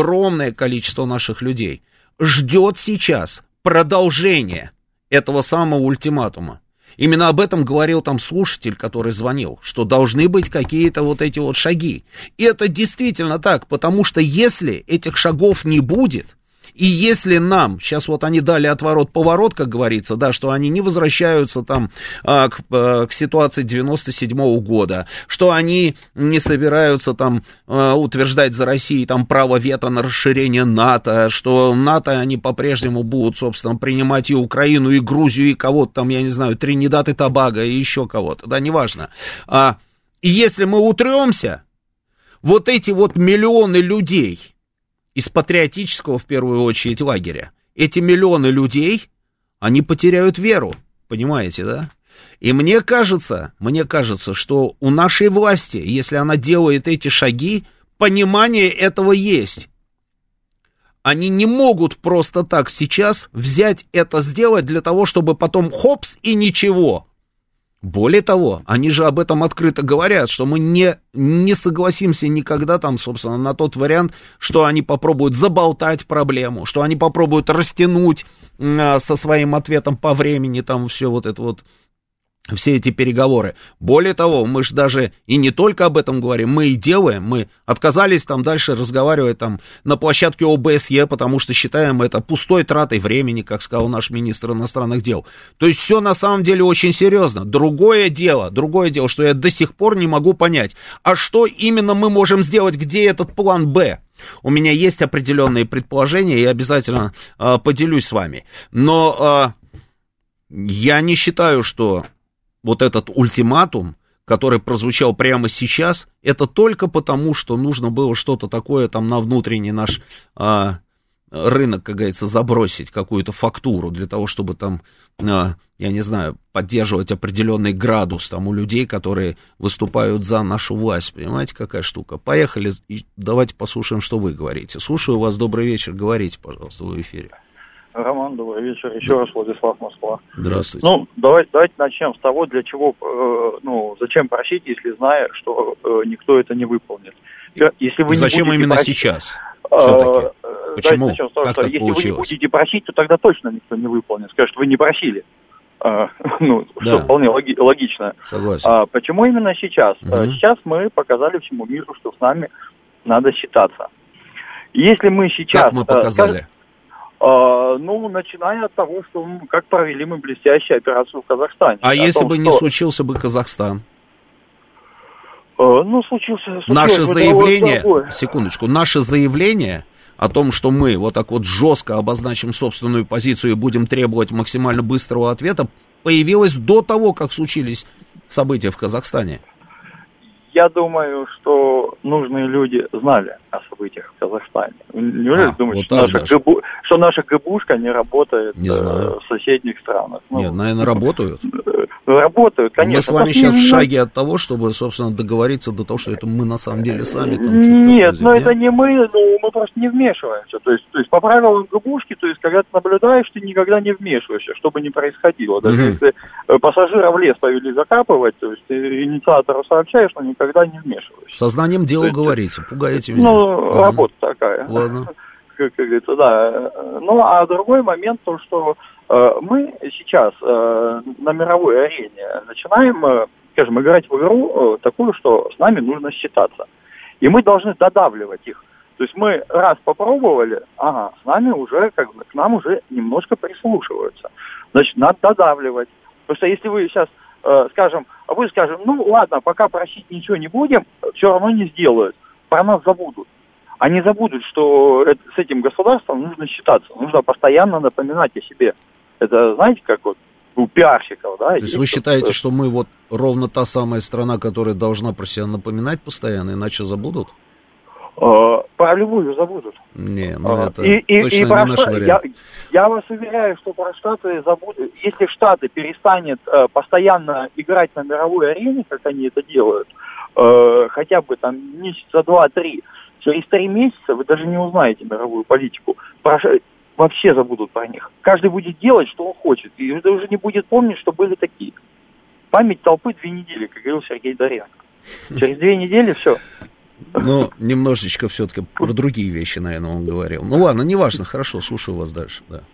ждет сейчас продолжения этого самого ультиматума. Именно об этом говорил там слушатель, который звонил, что должны быть какие-то вот эти вот шаги. И это действительно так, потому что если этих шагов не будет, и если нам, сейчас вот они дали отворот-поворот, как говорится, да, что они не возвращаются там к ситуации 97-го года, что они не собираются там утверждать за Россией там право вето на расширение НАТО, что НАТО они по-прежнему будут, собственно, принимать и Украину, и Грузию, и кого-то там, я не знаю, Тринидад и Тобаго, и еще кого-то, да, неважно. И если мы утремся, вот эти вот миллионы людей из патриотического, в первую очередь, лагеря, эти миллионы людей, они потеряют веру, понимаете, да? И мне кажется, что у нашей власти, если она делает эти шаги, понимание этого есть. Они не могут просто так сейчас взять это сделать для того, чтобы потом хопс и ничего. Более того, они же об этом открыто говорят, что мы не согласимся никогда там, собственно, на тот вариант, что они попробуют заболтать проблему, что они попробуют растянуть со своим ответом по времени там все вот это вот, все эти переговоры. Более того, мы же даже и не только об этом говорим, мы и делаем, мы отказались там дальше разговаривать там на площадке ОБСЕ, потому что считаем это пустой тратой времени, как сказал наш министр иностранных дел. То есть все на самом деле очень серьезно. Другое дело, что я до сих пор не могу понять, а что именно мы можем сделать, где этот план «Б»? У меня есть определенные предположения, и обязательно поделюсь с вами. Но я не считаю, что вот этот ультиматум, который прозвучал прямо сейчас, это только потому, что нужно было что-то такое там на внутренний наш рынок, как говорится, забросить, какую-то фактуру для того, чтобы там, я не знаю, поддерживать определенный градус там у людей, которые выступают за нашу власть. Понимаете, какая штука? Поехали, и давайте послушаем, что вы говорите. Слушаю вас, добрый вечер, говорите, пожалуйста, вы в эфире. Роман, добрый вечер. Еще раз Владислав, Москва. Здравствуйте. Ну, давайте начнем с того, для чего, зачем просить, если зная, что никто это не выполнит. Если вы зачем не именно просить, сейчас? Все-таки. Почему? Начнем с того, как что так если получилось? вы не будете просить, то тогда точно никто не выполнит. Скажет, вы не просили. Что вполне логично. Согласен. Почему именно сейчас? Сейчас мы показали всему миру, что с нами надо считаться. Если мы сейчас... Как мы показали? Начиная от того, что как провели мы блестящую операцию в Казахстане. А если бы не случился бы Казахстан? Наше заявление, секундочку, наше заявление о том, что мы вот так вот жестко обозначим собственную позицию и будем требовать максимально быстрого ответа, появилось до того, как случились события в Казахстане. Я думаю, что нужные люди знали о событиях в Казахстане. Неужели думаете, вот что наша ГБУшка не работает в соседних странах? Нет, наверное, работают. Работают, конечно. Мы с вами сейчас в шаге от того, чтобы, собственно, договориться до того, что это мы на самом деле сами там... Нет, это не мы, мы просто не вмешиваемся. То есть по правилам ГБУшки, то есть когда ты наблюдаешь, ты никогда не вмешиваешься, что бы ни происходило. Даже если пассажира в лес повели закапывать, то есть ты инициатору сообщаешь, но никогда не вмешиваешься. Сознанием дела говорите, пугаете меня. Работа такая. Ладно. Как говорится, да. А другой момент, то, что мы сейчас на мировой арене начинаем, скажем, играть в игру такую, что с нами нужно считаться. И мы должны додавливать их. То есть мы раз попробовали, с нами уже, к нам уже немножко прислушиваются. Значит, надо додавливать. Потому что если вы сейчас скажем, ладно, пока просить ничего не будем, все равно не сделают. Про нас забудут. Они забудут, что с этим государством нужно считаться. Нужно постоянно напоминать о себе. Это, знаете, как вот у пиарщиков, да? То есть вы считаете, что мы вот ровно та самая страна, которая должна про себя напоминать постоянно, иначе забудут? Про любую забудут. Не, это точно не наш вариант. Я вас уверяю, что про Штаты забудут. Если Штаты перестанет постоянно играть на мировой арене, как они это делают, хотя бы там месяца 2-3, через 3 месяца вы даже не узнаете мировую политику. Вообще забудут про них. Каждый будет делать, что он хочет. И уже не будет помнить, что были такие. Память толпы 2 недели, как говорил Сергей Доренко. Через 2 недели все. Немножечко все-таки про другие вещи, наверное, он говорил. Ладно, неважно, хорошо, слушаю вас дальше, да.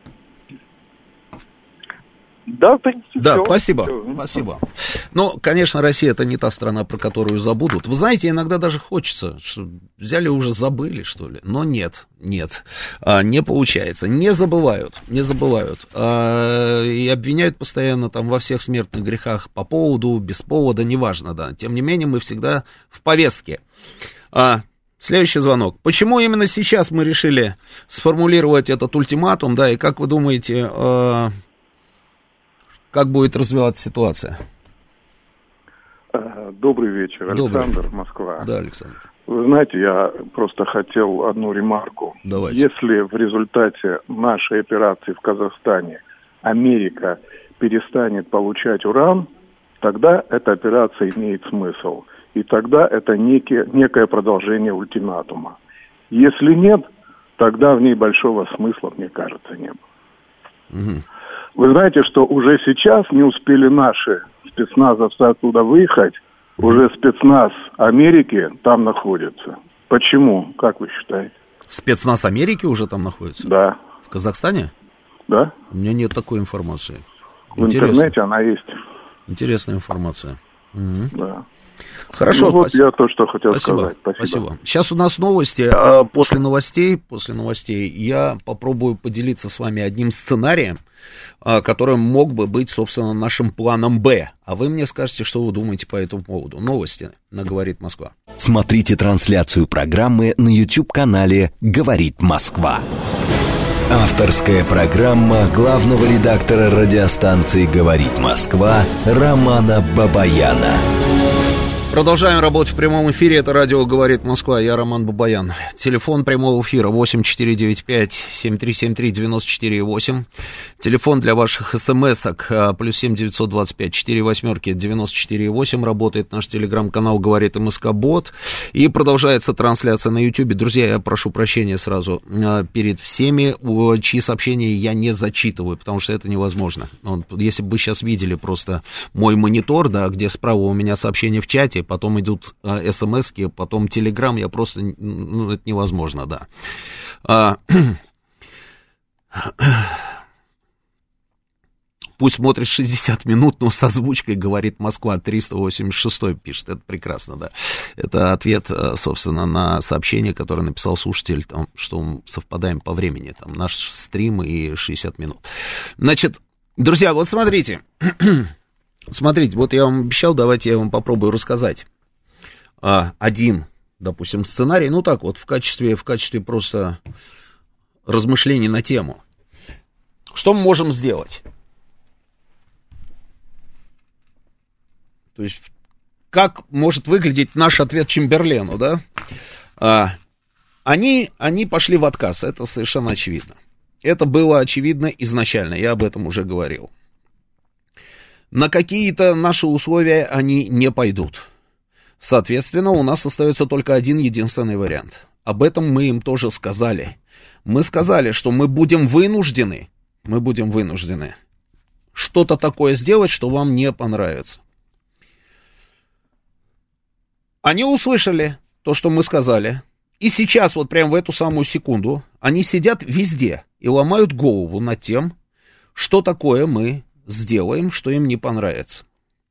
Да, в принципе, да, все. Спасибо. Конечно, Россия это не та страна, про которую забудут. Вы знаете, иногда даже хочется, что взяли уже забыли, что ли. Но нет, не получается. Не забывают. И обвиняют постоянно там во всех смертных грехах по поводу, без повода, неважно, да. Тем не менее, мы всегда в повестке. Следующий звонок. Почему именно сейчас мы решили сформулировать этот ультиматум, да, и как вы думаете... Как будет развиваться ситуация? Добрый вечер, Александр, Москва. Да, Александр. Вы знаете, я просто хотел одну ремарку. Давайте. Если в результате нашей операции в Казахстане Америка перестанет получать уран, тогда эта операция имеет смысл. И тогда это некое продолжение ультиматума. Если нет, тогда в ней большого смысла, мне кажется, не было. Угу. Вы знаете, что уже сейчас не успели наши спецназовцы оттуда выехать, уже спецназ Америки там находится. Почему, как вы считаете? Спецназ Америки уже там находится? Да. В Казахстане? Да. У меня нет такой информации. В интернете она есть. Интересная информация. Угу. Да. Хорошо, спасибо. Я то, что хотел сказать. Спасибо. Сейчас у нас новости. После новостей я попробую поделиться с вами одним сценарием, который мог бы быть, собственно, нашим планом «Б». А вы мне скажете, что вы думаете по этому поводу. Новости на «Говорит Москва». Смотрите трансляцию программы на YouTube-канале «Говорит Москва». Авторская программа главного редактора радиостанции «Говорит Москва» Романа Бабаяна. Продолжаем работать в прямом эфире. Это радио «Говорит Москва». Я Роман Бабаян. Телефон прямого эфира 8495-7373-94-8. Телефон для ваших смс-ок +7 925 4 восьмерки 94-8. Работает наш телеграм-канал «Говорит МСК-бот». И продолжается трансляция на YouTube. Друзья, я прошу прощения сразу перед всеми, чьи сообщения я не зачитываю, потому что это невозможно. Если бы вы сейчас видели просто мой монитор, да, где справа у меня сообщения в чате, потом идут смс-ки, потом телеграм, я просто, ну, это невозможно, да. Пусть смотрит 60 минут, но с озвучкой «Говорит Москва», 386 пишет, это прекрасно, да. Это ответ, собственно, на сообщение, которое написал слушатель, там, что мы совпадаем по времени, там, наш стрим и 60 минут. Значит, друзья, вот смотрите. Смотрите, вот я вам обещал, давайте я вам попробую рассказать один, допустим, сценарий, ну так вот, в качестве просто размышлений на тему. Что мы можем сделать? То есть, как может выглядеть наш ответ Чемберлену, да? Они пошли в отказ, это совершенно очевидно. Это было очевидно изначально, я об этом уже говорил. На какие-то наши условия они не пойдут. Соответственно, у нас остается только один единственный вариант. Об этом мы им тоже сказали. Мы сказали, что мы будем вынуждены что-то такое сделать, что вам не понравится. Они услышали то, что мы сказали. И сейчас, вот прямо в эту самую секунду, они сидят везде и ломают голову над тем, что такое мы сделаем, что им не понравится.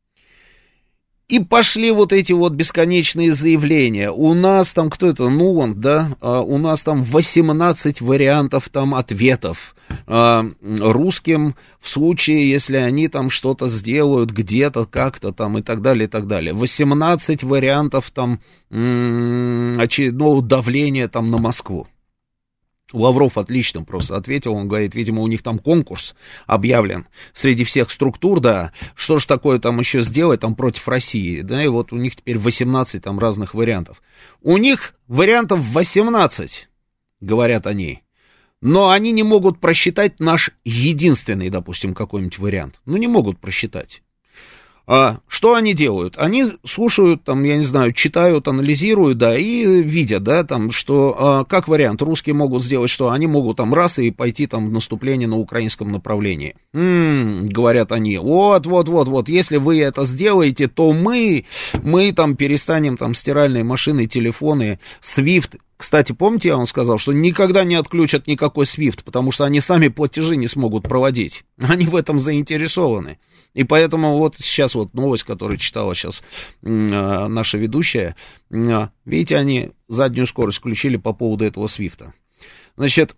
И пошли вот эти вот бесконечные заявления. У нас там, кто это, Нуланд, да? У нас там 18 вариантов там ответов русским в случае, если они там что-то сделают где-то, как-то там и так далее, и так далее. 18 вариантов там очередного давления там на Москву. Лавров отлично просто ответил, он говорит, видимо, у них там конкурс объявлен среди всех структур, да, что ж такое там еще сделать там против России, да, и вот у них теперь 18 там разных вариантов. У них вариантов 18, говорят они, но они не могут просчитать наш единственный, допустим, какой-нибудь вариант, ну не могут просчитать. Что они делают? Они слушают, там, я не знаю, читают, анализируют, да, и видят, да, там, что, как вариант, русские могут сделать что? Они могут там раз и пойти там в наступление на украинском направлении. Говорят они, вот, если вы это сделаете, то мы там перестанем там стиральные машины, телефоны, SWIFT. Кстати, помните, я вам сказал, что никогда не отключат никакой SWIFT, потому что они сами платежи не смогут проводить. Они в этом заинтересованы. И поэтому вот сейчас вот новость, которую читала сейчас наша ведущая, видите, они заднюю скорость включили по поводу этого SWIFT. Значит,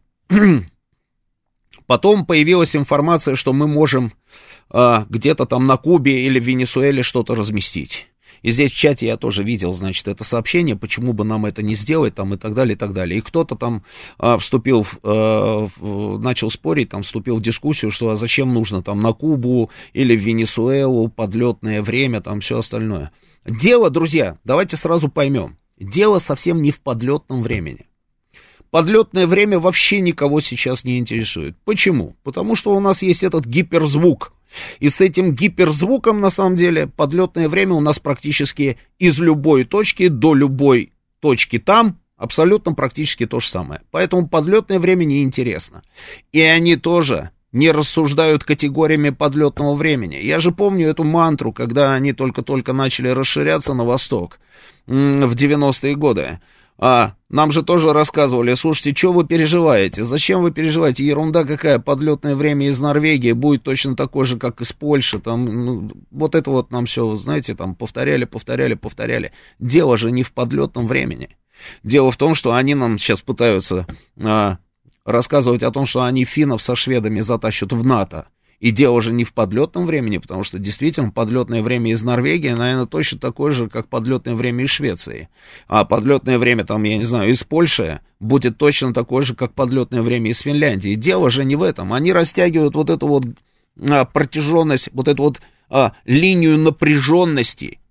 потом появилась информация, что мы можем где-то там на Кубе или в Венесуэле что-то разместить. И здесь в чате я тоже видел, значит, это сообщение, почему бы нам это не сделать, там, и так далее, и так далее. И кто-то там вступил, начал спорить, там, вступил в дискуссию, что а зачем нужно там на Кубу или в Венесуэлу, подлетное время, там, все остальное. Дело, друзья, давайте сразу поймем, дело совсем не в подлетном времени. Подлетное время вообще никого сейчас не интересует. Почему? Потому что у нас есть этот гиперзвук. И с этим гиперзвуком, на самом деле, подлетное время у нас практически из любой точки до любой точки там абсолютно практически то же самое. Поэтому подлетное время неинтересно. И они тоже не рассуждают категориями подлетного времени. Я же помню эту мантру, когда они только-только начали расширяться на восток в 90-е годы. Нам же тоже рассказывали, слушайте, что вы переживаете, зачем вы переживаете, ерунда какая, подлетное время из Норвегии будет точно такое же, как из Польши, там, ну, вот это вот нам все, знаете, там, повторяли. Дело же не в подлетном времени. Дело в том, что они нам сейчас пытаются рассказывать о том, что они финнов со шведами затащат в НАТО. И дело же не в подлетном времени, потому что действительно подлетное время из Норвегии, наверное, точно такое же, как подлетное время из Швеции. А подлетное время, там, я не знаю, из Польши будет точно такое же, как подлетное время из Финляндии. Дело же не в этом. Они растягивают вот эту вот протяженность, вот эту вот линию напряженности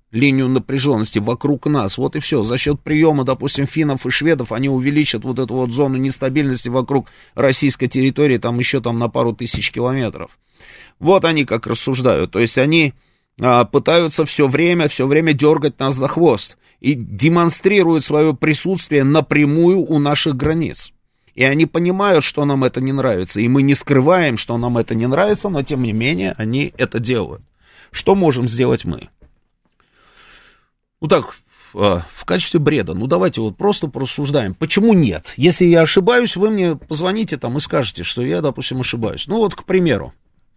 линию напряженности вокруг нас, вот и все. За счет приема, допустим, финнов и шведов они увеличат вот эту вот зону нестабильности вокруг российской территории, там еще там на пару тысяч километров. Вот они как рассуждают, то есть они пытаются все время дергать нас за хвост и демонстрируют свое присутствие напрямую у наших границ. И они понимают, что нам это не нравится, и мы не скрываем, что нам это не нравится, но тем не менее они это делают. Что можем сделать мы? Ну так, в качестве бреда, ну давайте вот просто порассуждаем, почему нет? Если я ошибаюсь, вы мне позвоните там и скажете, что я, допустим, ошибаюсь. Ну вот, к примеру,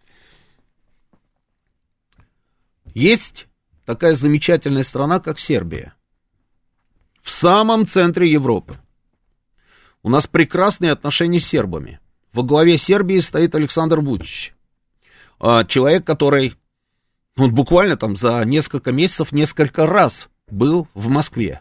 есть такая замечательная страна, как Сербия, в самом центре Европы. У нас прекрасные отношения с сербами. Во главе Сербии стоит Александр Вучич. Человек, который буквально там за несколько месяцев несколько раз был в Москве.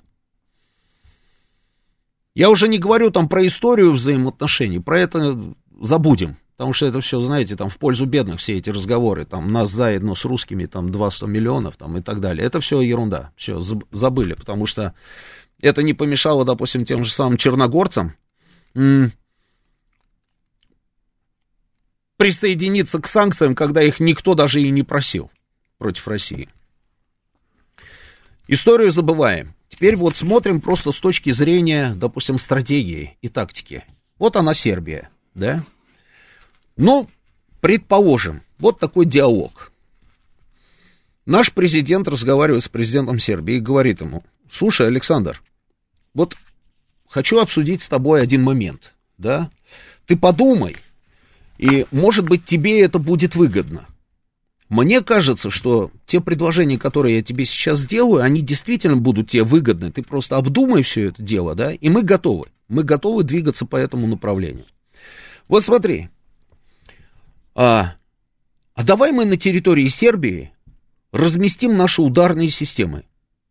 Я уже не говорю там про историю взаимоотношений, про это забудем. Потому что это все, знаете, там в пользу бедных все эти разговоры. Там нас заодно с русскими, там 200 миллионов там, и так далее. Это все ерунда. Все, забыли, потому что это не помешало, допустим, тем же самым черногорцам присоединиться к санкциям, когда их никто даже и не просил против России. Историю забываем. Теперь вот смотрим просто с точки зрения, допустим, стратегии и тактики. Вот она, Сербия, да? Ну, предположим, вот такой диалог. Наш президент разговаривает с президентом Сербии и говорит ему: слушай, Александр, вот хочу обсудить с тобой один момент, да? Ты подумай, и, может быть, тебе это будет выгодно. Мне кажется, что те предложения, которые я тебе сейчас сделаю, они действительно будут тебе выгодны. Ты просто обдумай все это дело, да, и мы готовы. Мы готовы двигаться по этому направлению. Вот смотри. А давай мы на территории Сербии разместим наши ударные системы.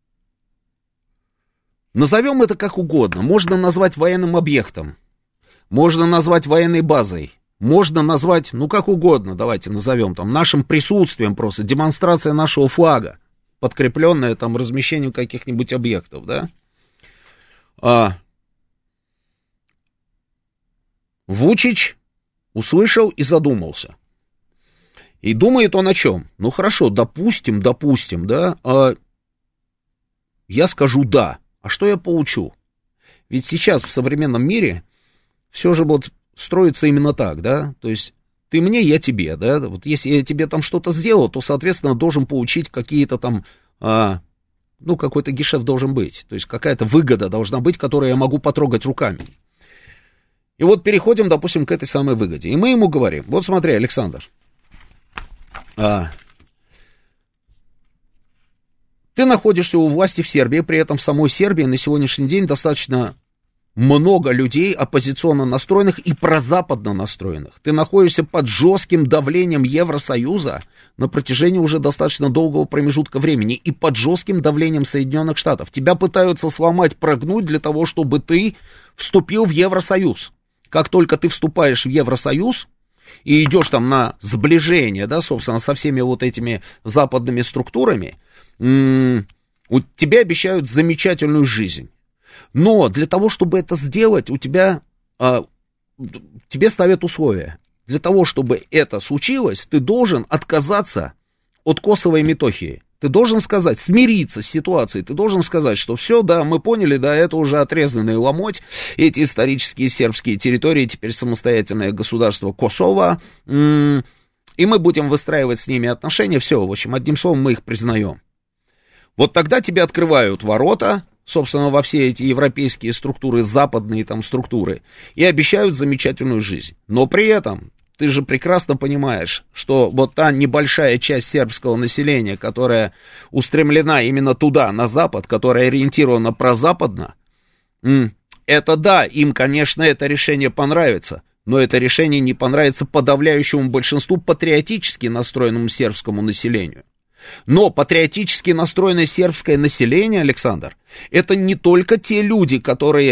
Назовем это как угодно. Можно назвать военным объектом, можно назвать военной базой, можно назвать, ну как угодно, давайте назовем там нашим присутствием просто, демонстрация нашего флага, подкрепленная там размещением каких-нибудь объектов, да. Вучич услышал и задумался. И думает он о чем? Ну хорошо, допустим, да, я скажу да. А что я получу? Ведь сейчас в современном мире все же вот строится именно так, да, то есть ты мне, я тебе, да, вот если я тебе там что-то сделал, то, соответственно, должен получить какие-то там, ну, какой-то гешефт должен быть, то есть какая-то выгода должна быть, которую я могу потрогать руками. И вот переходим, допустим, к этой самой выгоде, и мы ему говорим: вот смотри, Александр, ты находишься у власти в Сербии, при этом в самой Сербии на сегодняшний день достаточно много людей оппозиционно настроенных и прозападно настроенных. Ты находишься под жестким давлением Евросоюза на протяжении уже достаточно долгого промежутка времени и под жестким давлением Соединенных Штатов. Тебя пытаются сломать, прогнуть для того, чтобы ты вступил в Евросоюз. Как только ты вступаешь в Евросоюз и идешь там на сближение, да, собственно, со всеми вот этими западными структурами, тебе обещают замечательную жизнь. Но для того, чтобы это сделать, тебе ставят условия. Для того, чтобы это случилось, ты должен отказаться от Косово и Метохии. Ты должен сказать, смириться с ситуацией, ты должен сказать, что все, да, мы поняли, да, это уже отрезанный ломоть, эти исторические сербские территории, теперь самостоятельное государство Косово, и мы будем выстраивать с ними отношения, все, в общем, одним словом, мы их признаем. Вот тогда тебе открывают ворота, собственно, во все эти европейские структуры, западные там структуры, и обещают замечательную жизнь. Но при этом ты же прекрасно понимаешь, что вот та небольшая часть сербского населения, которая устремлена именно туда, на Запад, которая ориентирована прозападно, это да, им, конечно, это решение понравится, но это решение не понравится подавляющему большинству патриотически настроенному сербскому населению. Но патриотически настроенное сербское население, Александр, это не только те люди, которые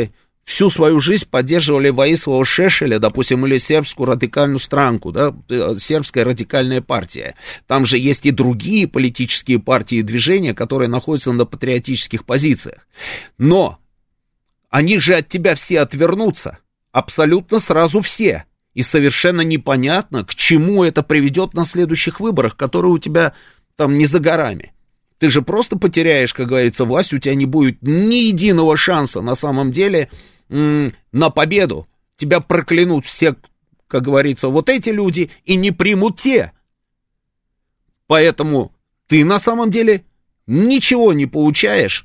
всю свою жизнь поддерживали Воислава Шешеля, допустим, или сербскую радикальную странку, да, сербская радикальная партия. Там же есть и другие политические партии и движения, которые находятся на патриотических позициях. Но они же от тебя все отвернутся, абсолютно сразу все. И совершенно непонятно, к чему это приведет на следующих выборах, которые у тебя там не за горами. Ты же просто потеряешь, как говорится, власть, у тебя не будет ни единого шанса на самом деле на победу. Тебя проклянут все, как говорится, вот эти люди и не примут те. Поэтому ты на самом деле ничего не получаешь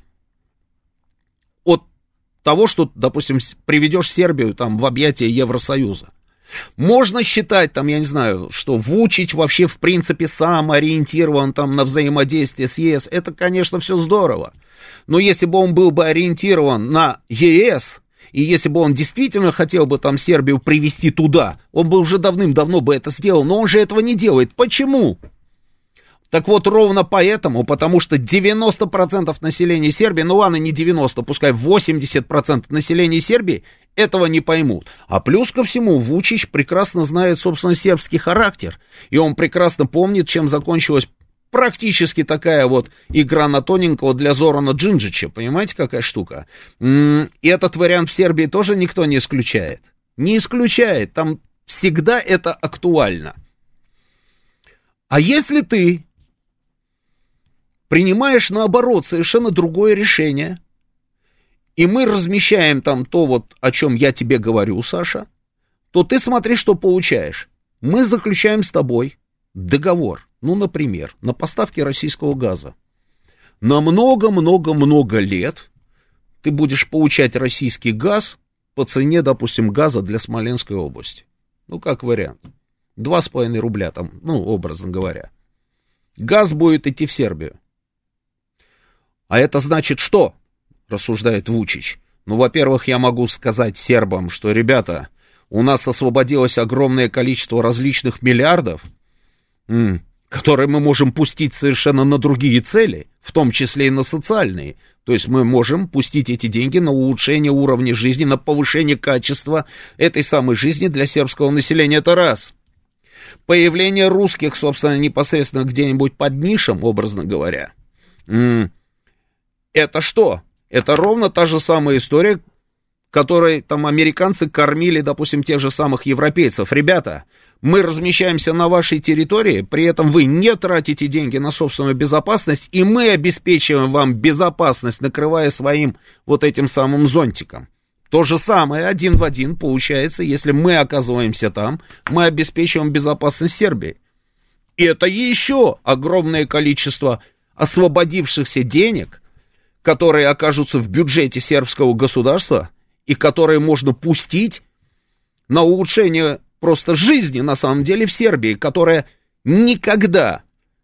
от того, что, допустим, приведешь Сербию там в объятия Евросоюза. Можно считать, там, я не знаю, что Вучич вообще, в принципе, сам ориентирован там на взаимодействие с ЕС. Это, конечно, все здорово. Но если бы он был бы ориентирован на ЕС, и если бы он действительно хотел бы там Сербию привести туда, он бы уже давным-давно бы это сделал, но он же этого не делает. Почему? Так вот, ровно поэтому, потому что 90% населения Сербии, ну ладно, не 90, пускай 80% населения Сербии этого не поймут. А плюс ко всему, Вучич прекрасно знает, собственно, сербский характер, и он прекрасно помнит, чем закончилась практически такая вот игра на тоненького для Зорана Джинджича, понимаете, какая штука? И этот вариант в Сербии тоже никто не исключает. Не исключает, там всегда это актуально. А если ты принимаешь, наоборот, совершенно другое решение, и мы размещаем там то вот, о чем я тебе говорю, Саша, то ты смотри, что получаешь. Мы заключаем с тобой договор, ну, например, на поставки российского газа. На много-много-много лет ты будешь получать российский газ по цене, допустим, газа для Смоленской области. Ну, как вариант. 2,5 рубля там, ну, образно говоря. Газ будет идти в Сербию. А это значит что? Рассуждает Вучич. Ну, во-первых, я могу сказать сербам, что, ребята, у нас освободилось огромное количество различных миллиардов, которые мы можем пустить совершенно на другие цели, в том числе и на социальные. То есть мы можем пустить эти деньги на улучшение уровня жизни, на повышение качества этой самой жизни для сербского населения. Это раз. Появление русских, собственно, непосредственно где-нибудь под нишем, образно говоря, это что? Это ровно та же самая история, которой там американцы кормили, допустим, тех же самых европейцев. Ребята, мы размещаемся на вашей территории, при этом вы не тратите деньги на собственную безопасность, и мы обеспечиваем вам безопасность, накрывая своим вот этим самым зонтиком. То же самое, один в один получается, если мы оказываемся там, мы обеспечиваем безопасность Сербии. И это еще огромное количество освободившихся денег, которые окажутся в бюджете сербского государства и которые можно пустить на улучшение просто жизни, на самом деле, в Сербии, которая никогда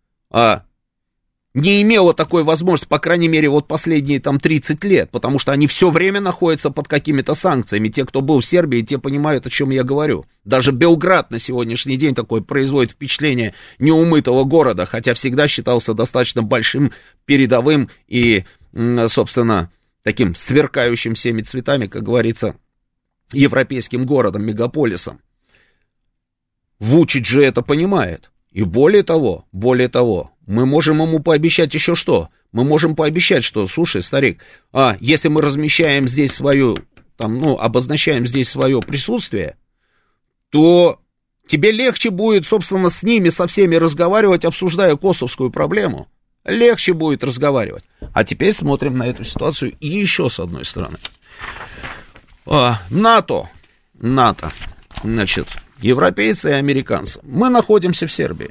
не имела такой возможности, по крайней мере, вот последние там 30 лет, потому что они все время находятся под какими-то санкциями. Те, кто был в Сербии, те понимают, о чем я говорю. Даже Белград на сегодняшний день такой производит впечатление неумытого города, хотя всегда считался достаточно большим, передовым и, собственно, таким сверкающим всеми цветами, как говорится, европейским городом, мегаполисом. Вучич же это понимает. И более того, мы можем ему пообещать еще что? Мы можем пообещать, что, слушай, старик, если мы размещаем здесь свою, там, ну, обозначаем здесь свое присутствие, то тебе легче будет, собственно, с ними, со всеми разговаривать, обсуждая косовскую проблему. Легче будет разговаривать. А теперь смотрим на эту ситуацию и еще с одной стороны. НАТО, значит, европейцы и американцы. Мы находимся в Сербии.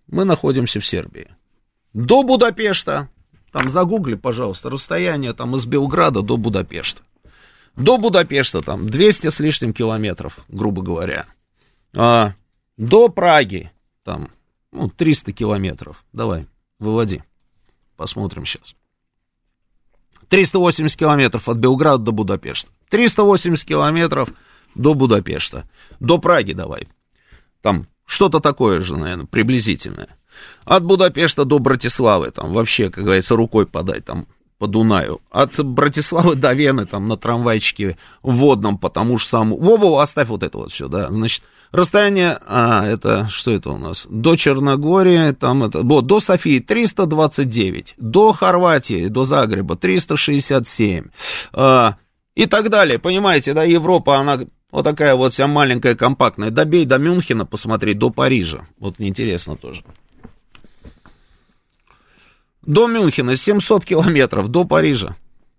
До Будапешта, там загугли, пожалуйста, расстояние там из Белграда до Будапешта. До Будапешта там 200 с лишним километров, грубо говоря. До Праги там 300 километров. Давай, выводи. Посмотрим сейчас. 380 километров от Белграда до Будапешта. 380 километров до Будапешта. До Праги давай. Там что-то такое же, наверное, приблизительное. От Будапешта до Братиславы, там вообще, как говорится, рукой подать, там по Дунаю. От Братиславы до Вены, там, на трамвайчике водном, потому что сам... Во-во, оставь вот это вот все, да. Значит, расстояние... это... Что это у нас? До Черногории, там это... Вот, до Софии 329. До Хорватии, до Загреба 367. И так далее. Понимаете, да, Европа, она... Вот такая вот вся маленькая, компактная. Добей до Мюнхена, посмотри, до Парижа. Вот мне интересно тоже. До Мюнхена 700 километров, до Парижа.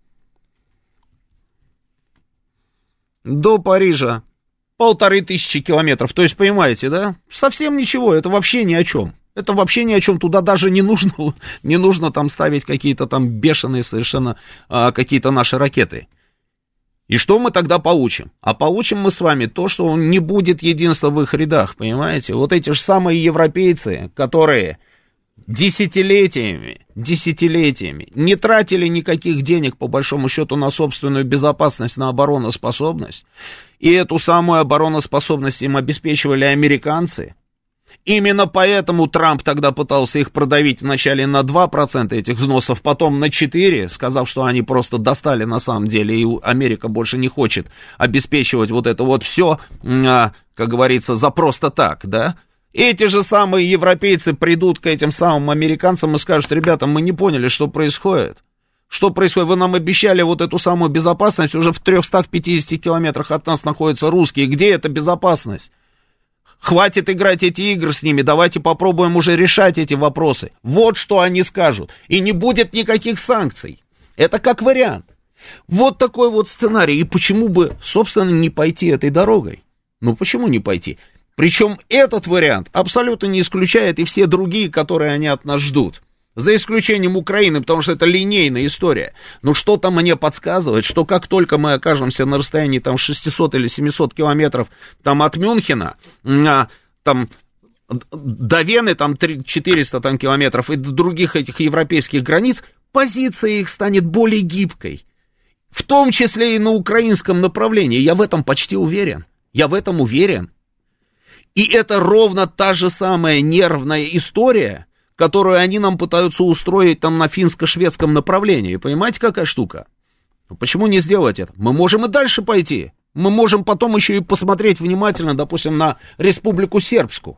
До Парижа 1500 километров. То есть, понимаете, да? Совсем ничего, это вообще ни о чем. Это вообще ни о чем. Туда даже не нужно там ставить какие-то там бешеные совершенно какие-то наши ракеты. И что мы тогда получим? А получим мы с вами то, что не будет единства в их рядах, понимаете? Вот эти же самые европейцы, которые десятилетиями не тратили никаких денег, по большому счету, на собственную безопасность, на обороноспособность, и эту самую обороноспособность им обеспечивали американцы. Именно поэтому Трамп тогда пытался их продавить вначале на 2% этих взносов, потом на 4%, сказав, что они просто достали на самом деле, и Америка больше не хочет обеспечивать вот это вот все, как говорится, за просто так, да? Эти же самые европейцы придут к этим самым американцам и скажут: ребята, мы не поняли, что происходит. Что происходит? Вы нам обещали вот эту самую безопасность, уже в 350 километрах от нас находятся русские. Где эта безопасность? Хватит играть эти игры с ними, давайте попробуем уже решать эти вопросы. Вот что они скажут. И не будет никаких санкций. Это как вариант. Вот такой вот сценарий. И почему бы, собственно, не пойти этой дорогой? Ну, почему не пойти? Причем этот вариант абсолютно не исключает и все другие, которые они от нас ждут. За исключением Украины, потому что это линейная история. Но что-то мне подсказывает, что как только мы окажемся на расстоянии там 600 или 700 километров там от Мюнхена, там до Вены там 400 там, километров и до других этих европейских границ, позиция их станет более гибкой. В том числе и на украинском направлении. Я в этом почти уверен. Я в этом уверен. И это ровно та же самая нервная история, которую они нам пытаются устроить там на финско-шведском направлении. Понимаете, какая штука? Почему не сделать это? Мы можем и дальше пойти. Мы можем потом еще и посмотреть внимательно, допустим, на Республику Сербскую.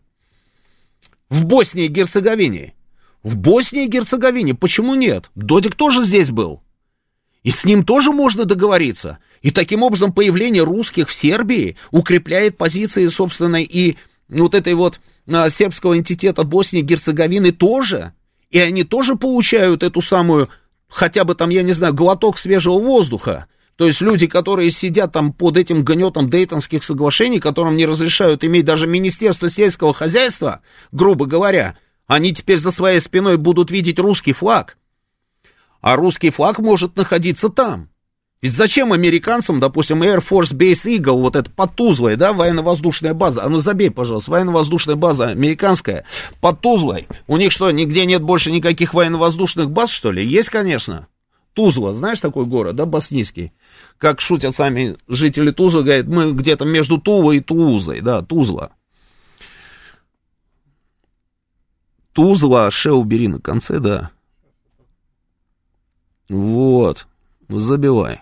В Боснии и Герцеговине. В Боснии и Герцеговине. Почему нет? Додик тоже здесь был. И с ним тоже можно договориться. И таким образом появление русских в Сербии укрепляет позиции, собственно, и вот этой вот сербского энтитета Боснии и Герцеговины тоже. И они тоже получают эту самую, хотя бы там, я не знаю, глоток свежего воздуха. То есть люди, которые сидят там под этим гнетом Дейтонских соглашений, которым не разрешают иметь даже Министерство сельского хозяйства, грубо говоря, они теперь за своей спиной будут видеть русский флаг. А русский флаг может находиться там. Ведь зачем американцам, допустим, Air Force Base Eagle, вот это под Тузлой, да, военно-воздушная база, а ну забей, пожалуйста, военно-воздушная база американская под Тузлой, у них что, нигде нет больше никаких военно-воздушных баз, что ли? Есть, конечно. Тузла, знаешь такой город, да, боснийский? Как шутят сами жители Тузлы, говорят, мы где-то между Тулой и Тулузой, да, Тузла. Тузла, ше убери на конце, да. Вот, забивай.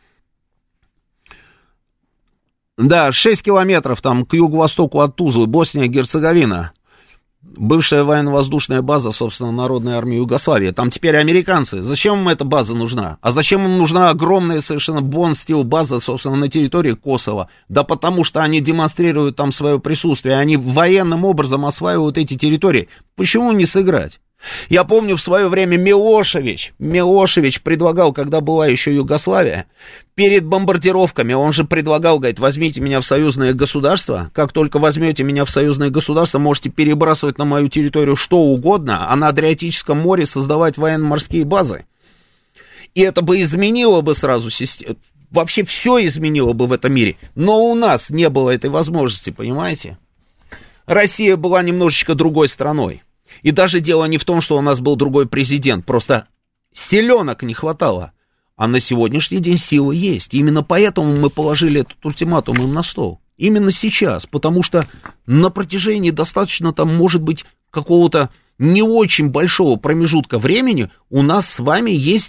Да, 6 километров там к юго-востоку от Тузлы, Босния и Герцеговина. Бывшая военно-воздушная база, собственно, Народной армии Югославии. Там теперь американцы. Зачем им эта база нужна? А зачем им нужна огромная совершенно Бон-стил база, собственно, на территории Косово? Да потому что они демонстрируют там свое присутствие. Они военным образом осваивают эти территории. Почему не сыграть? Я помню, в свое время Милошевич предлагал, когда была еще Югославия, перед бомбардировками, он же предлагал, говорит, возьмите меня в союзное государство, как только возьмете меня в союзное государство, можете перебрасывать на мою территорию что угодно, а на Адриатическом море создавать военно-морские базы. И это бы изменило бы сразу систему, вообще все изменило бы в этом мире, но у нас не было этой возможности, понимаете? Россия была немножечко другой страной. И даже дело не в том, что у нас был другой президент, просто селенок не хватало. А на сегодняшний день сила есть. И именно поэтому мы положили этот ультиматум им на стол. Именно сейчас, потому что на протяжении достаточно там, может быть, какого-то не очень большого промежутка времени у нас с вами есть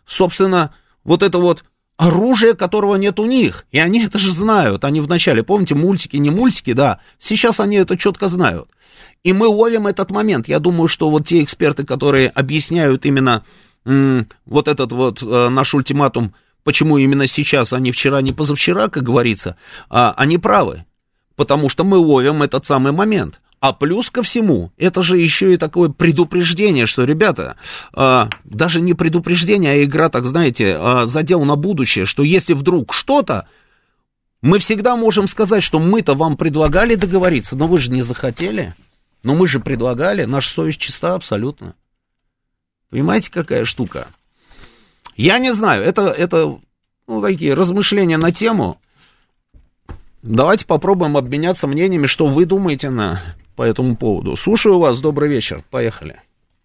собственно, вот это вот оружие, которого нет у них. И они это же знают. Они вначале, помните, мультики, не мультики, да, сейчас они это четко знают. И мы ловим этот момент. Я думаю, что вот те эксперты, которые объясняют именно вот этот вот наш ультиматум, почему именно сейчас, а не вчера, не позавчера, как говорится, они правы. Потому что мы ловим этот самый момент. А плюс ко всему, это же еще и такое предупреждение, что, ребята, даже не предупреждение, а игра, так знаете, задел на будущее, что если вдруг что-то, мы всегда можем сказать, что мы-то вам предлагали договориться, но вы же не захотели, но мы же предлагали, наша совесть чиста абсолютно. Понимаете, какая штука? Я не знаю, это ну, такие размышления на тему. Давайте попробуем обменяться мнениями, что вы думаете по этому поводу. Слушаю вас, добрый вечер, поехали.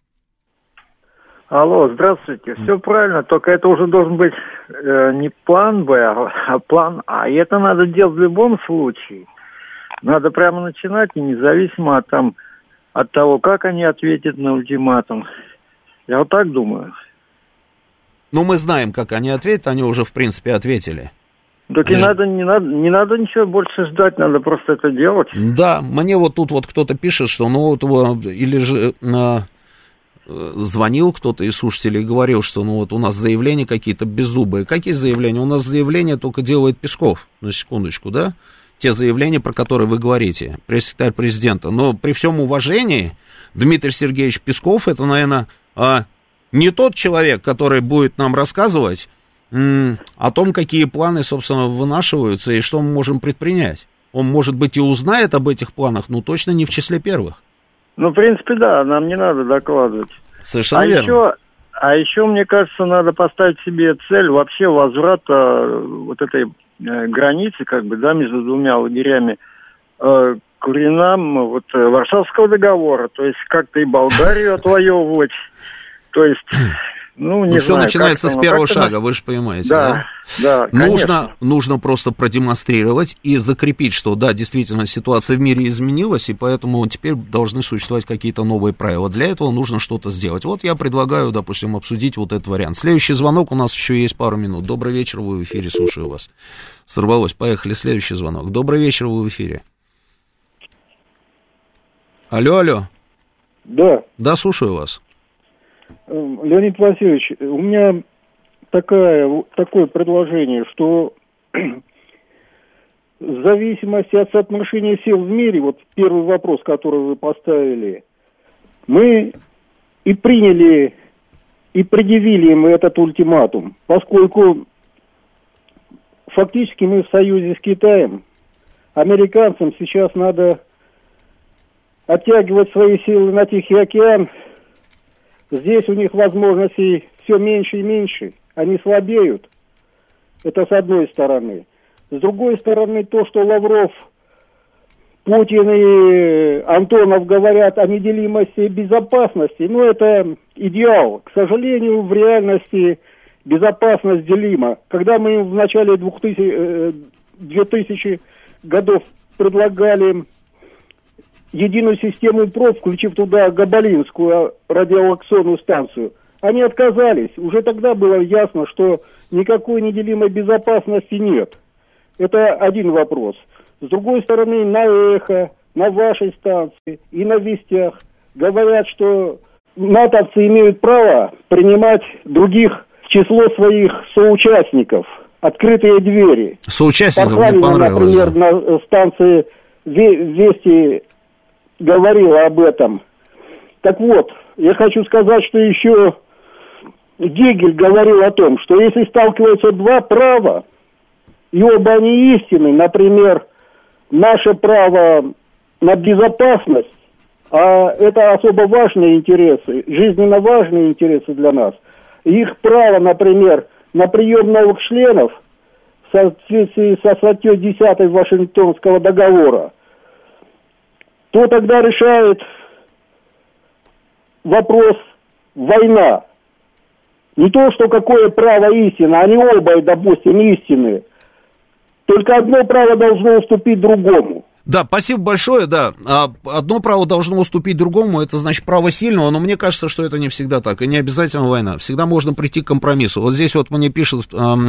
Алло, здравствуйте, все правильно, только это уже должен быть не план Б, а план А. И это надо делать в любом случае. Надо прямо начинать, и независимо от того, как они ответят на ультиматум. Я вот так думаю. Ну, мы знаем, как они ответят, они уже, в принципе, ответили. Так не надо ничего больше ждать, надо просто это делать. Да, мне вот тут вот кто-то пишет, что ну вот или же звонил кто-то из слушателей и говорил, что ну вот у нас заявления какие-то беззубые. Какие заявления? У нас заявления только делает Песков, на секундочку, да? Те заявления, про которые вы говорите, пресс-секретарь президента. Но при всем уважении, Дмитрий Сергеевич Песков, это, наверное, не тот человек, который будет нам рассказывать о том, какие планы, собственно, вынашиваются и что мы можем предпринять. Он, может быть, и узнает об этих планах, но точно не в числе первых. Ну, в принципе, да, нам не надо докладывать. Совершенно верно. А еще, мне кажется, надо поставить себе цель вообще возврата вот этой границы, как бы, да, между двумя лагерями к временам вот Варшавского договора, то есть как-то и Болгарию отвоевывать, то есть... Ну, не все знаю, начинается с первого шага, вы же понимаете, да? Да, нужно просто продемонстрировать и закрепить, что, да, действительно, ситуация в мире изменилась, и поэтому теперь должны существовать какие-то новые правила. Для этого нужно что-то сделать. Вот я предлагаю, допустим, обсудить вот этот вариант. Следующий звонок, у нас еще есть пару минут. Добрый вечер, вы в эфире, слушаю вас. Сорвалось, поехали, следующий звонок. Добрый вечер, вы в эфире. Алло. Да. Да, слушаю вас. Леонид Васильевич, у меня такое предложение, что в зависимости от соотношения сил в мире, вот первый вопрос, который вы поставили, мы и приняли, и предъявили им этот ультиматум, поскольку фактически мы в союзе с Китаем, американцам сейчас надо оттягивать свои силы на Тихий океан. Здесь у них возможностей все меньше и меньше. Они слабеют. Это с одной стороны. С другой стороны, то, что Лавров, Путин и Антонов говорят о неделимости безопасности, ну, это идеал. К сожалению, в реальности безопасность делима. Когда мы им в начале 2000 годов предлагали единую систему ПРО, включив туда Габалинскую радиолокационную станцию, они отказались. Уже тогда было ясно, что никакой неделимой безопасности нет. Это один вопрос. С другой стороны, на Эхо, на вашей станции и на Вестях говорят, что натовцы имеют право принимать других в число своих соучастников. Открытые двери. Соучастников мне понравилось. Например, на станции Вести говорила об этом. Так вот, я хочу сказать, что еще Гегель говорил о том, что если сталкиваются два права, и оба они истинны, например, наше право на безопасность, а это особо важные интересы, жизненно важные интересы для нас, их право, например, на прием новых членов в соответствии со статьей 10 Вашингтонского договора, то тогда решает вопрос война. Не то, что какое право истина, они оба, допустим, истинны. Только одно право должно уступить другому. Да, спасибо большое, да. Одно право должно уступить другому, это значит право сильного, но мне кажется, что это не всегда так, и не обязательно война. Всегда можно прийти к компромиссу. Вот здесь вот мне пишут,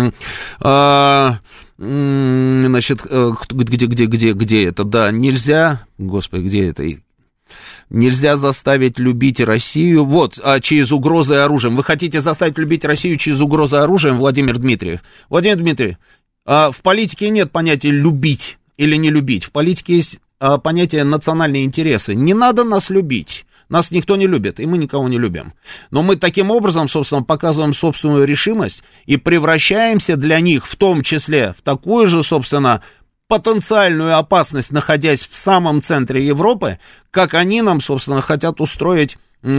значит, где это, да, нельзя, господи, где это... Нельзя заставить любить Россию, вот, через угрозы оружием. Вы хотите заставить любить Россию через угрозы оружием, Владимир Дмитриев? Владимир Дмитриев, в политике нет понятия «любить» или «не любить». В политике есть понятие «национальные интересы». Не надо нас любить. Нас никто не любит, и мы никого не любим. Но мы таким образом, собственно, показываем собственную решимость и превращаемся для них, в том числе, в такую же, собственно, потенциальную опасность, находясь в самом центре Европы, как они нам, собственно, хотят устроить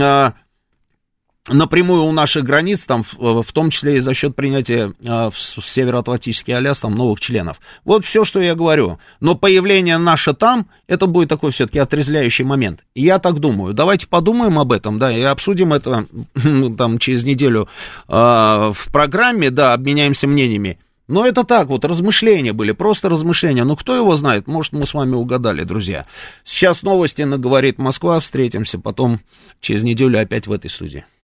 напрямую у наших границ, там, в том числе и за счет принятия в Североатлантический альянс там, новых членов. Вот все, что я говорю. Но появление наше там, это будет такой все-таки отрезвляющий момент. Я так думаю. Давайте подумаем об этом, да, и обсудим это там, через неделю в программе, да, обменяемся мнениями. Но это так вот, размышления были, просто размышления. Ну, кто его знает, может, мы с вами угадали, друзья. Сейчас новости на «Говорит Москва», встретимся потом через неделю опять в этой студии.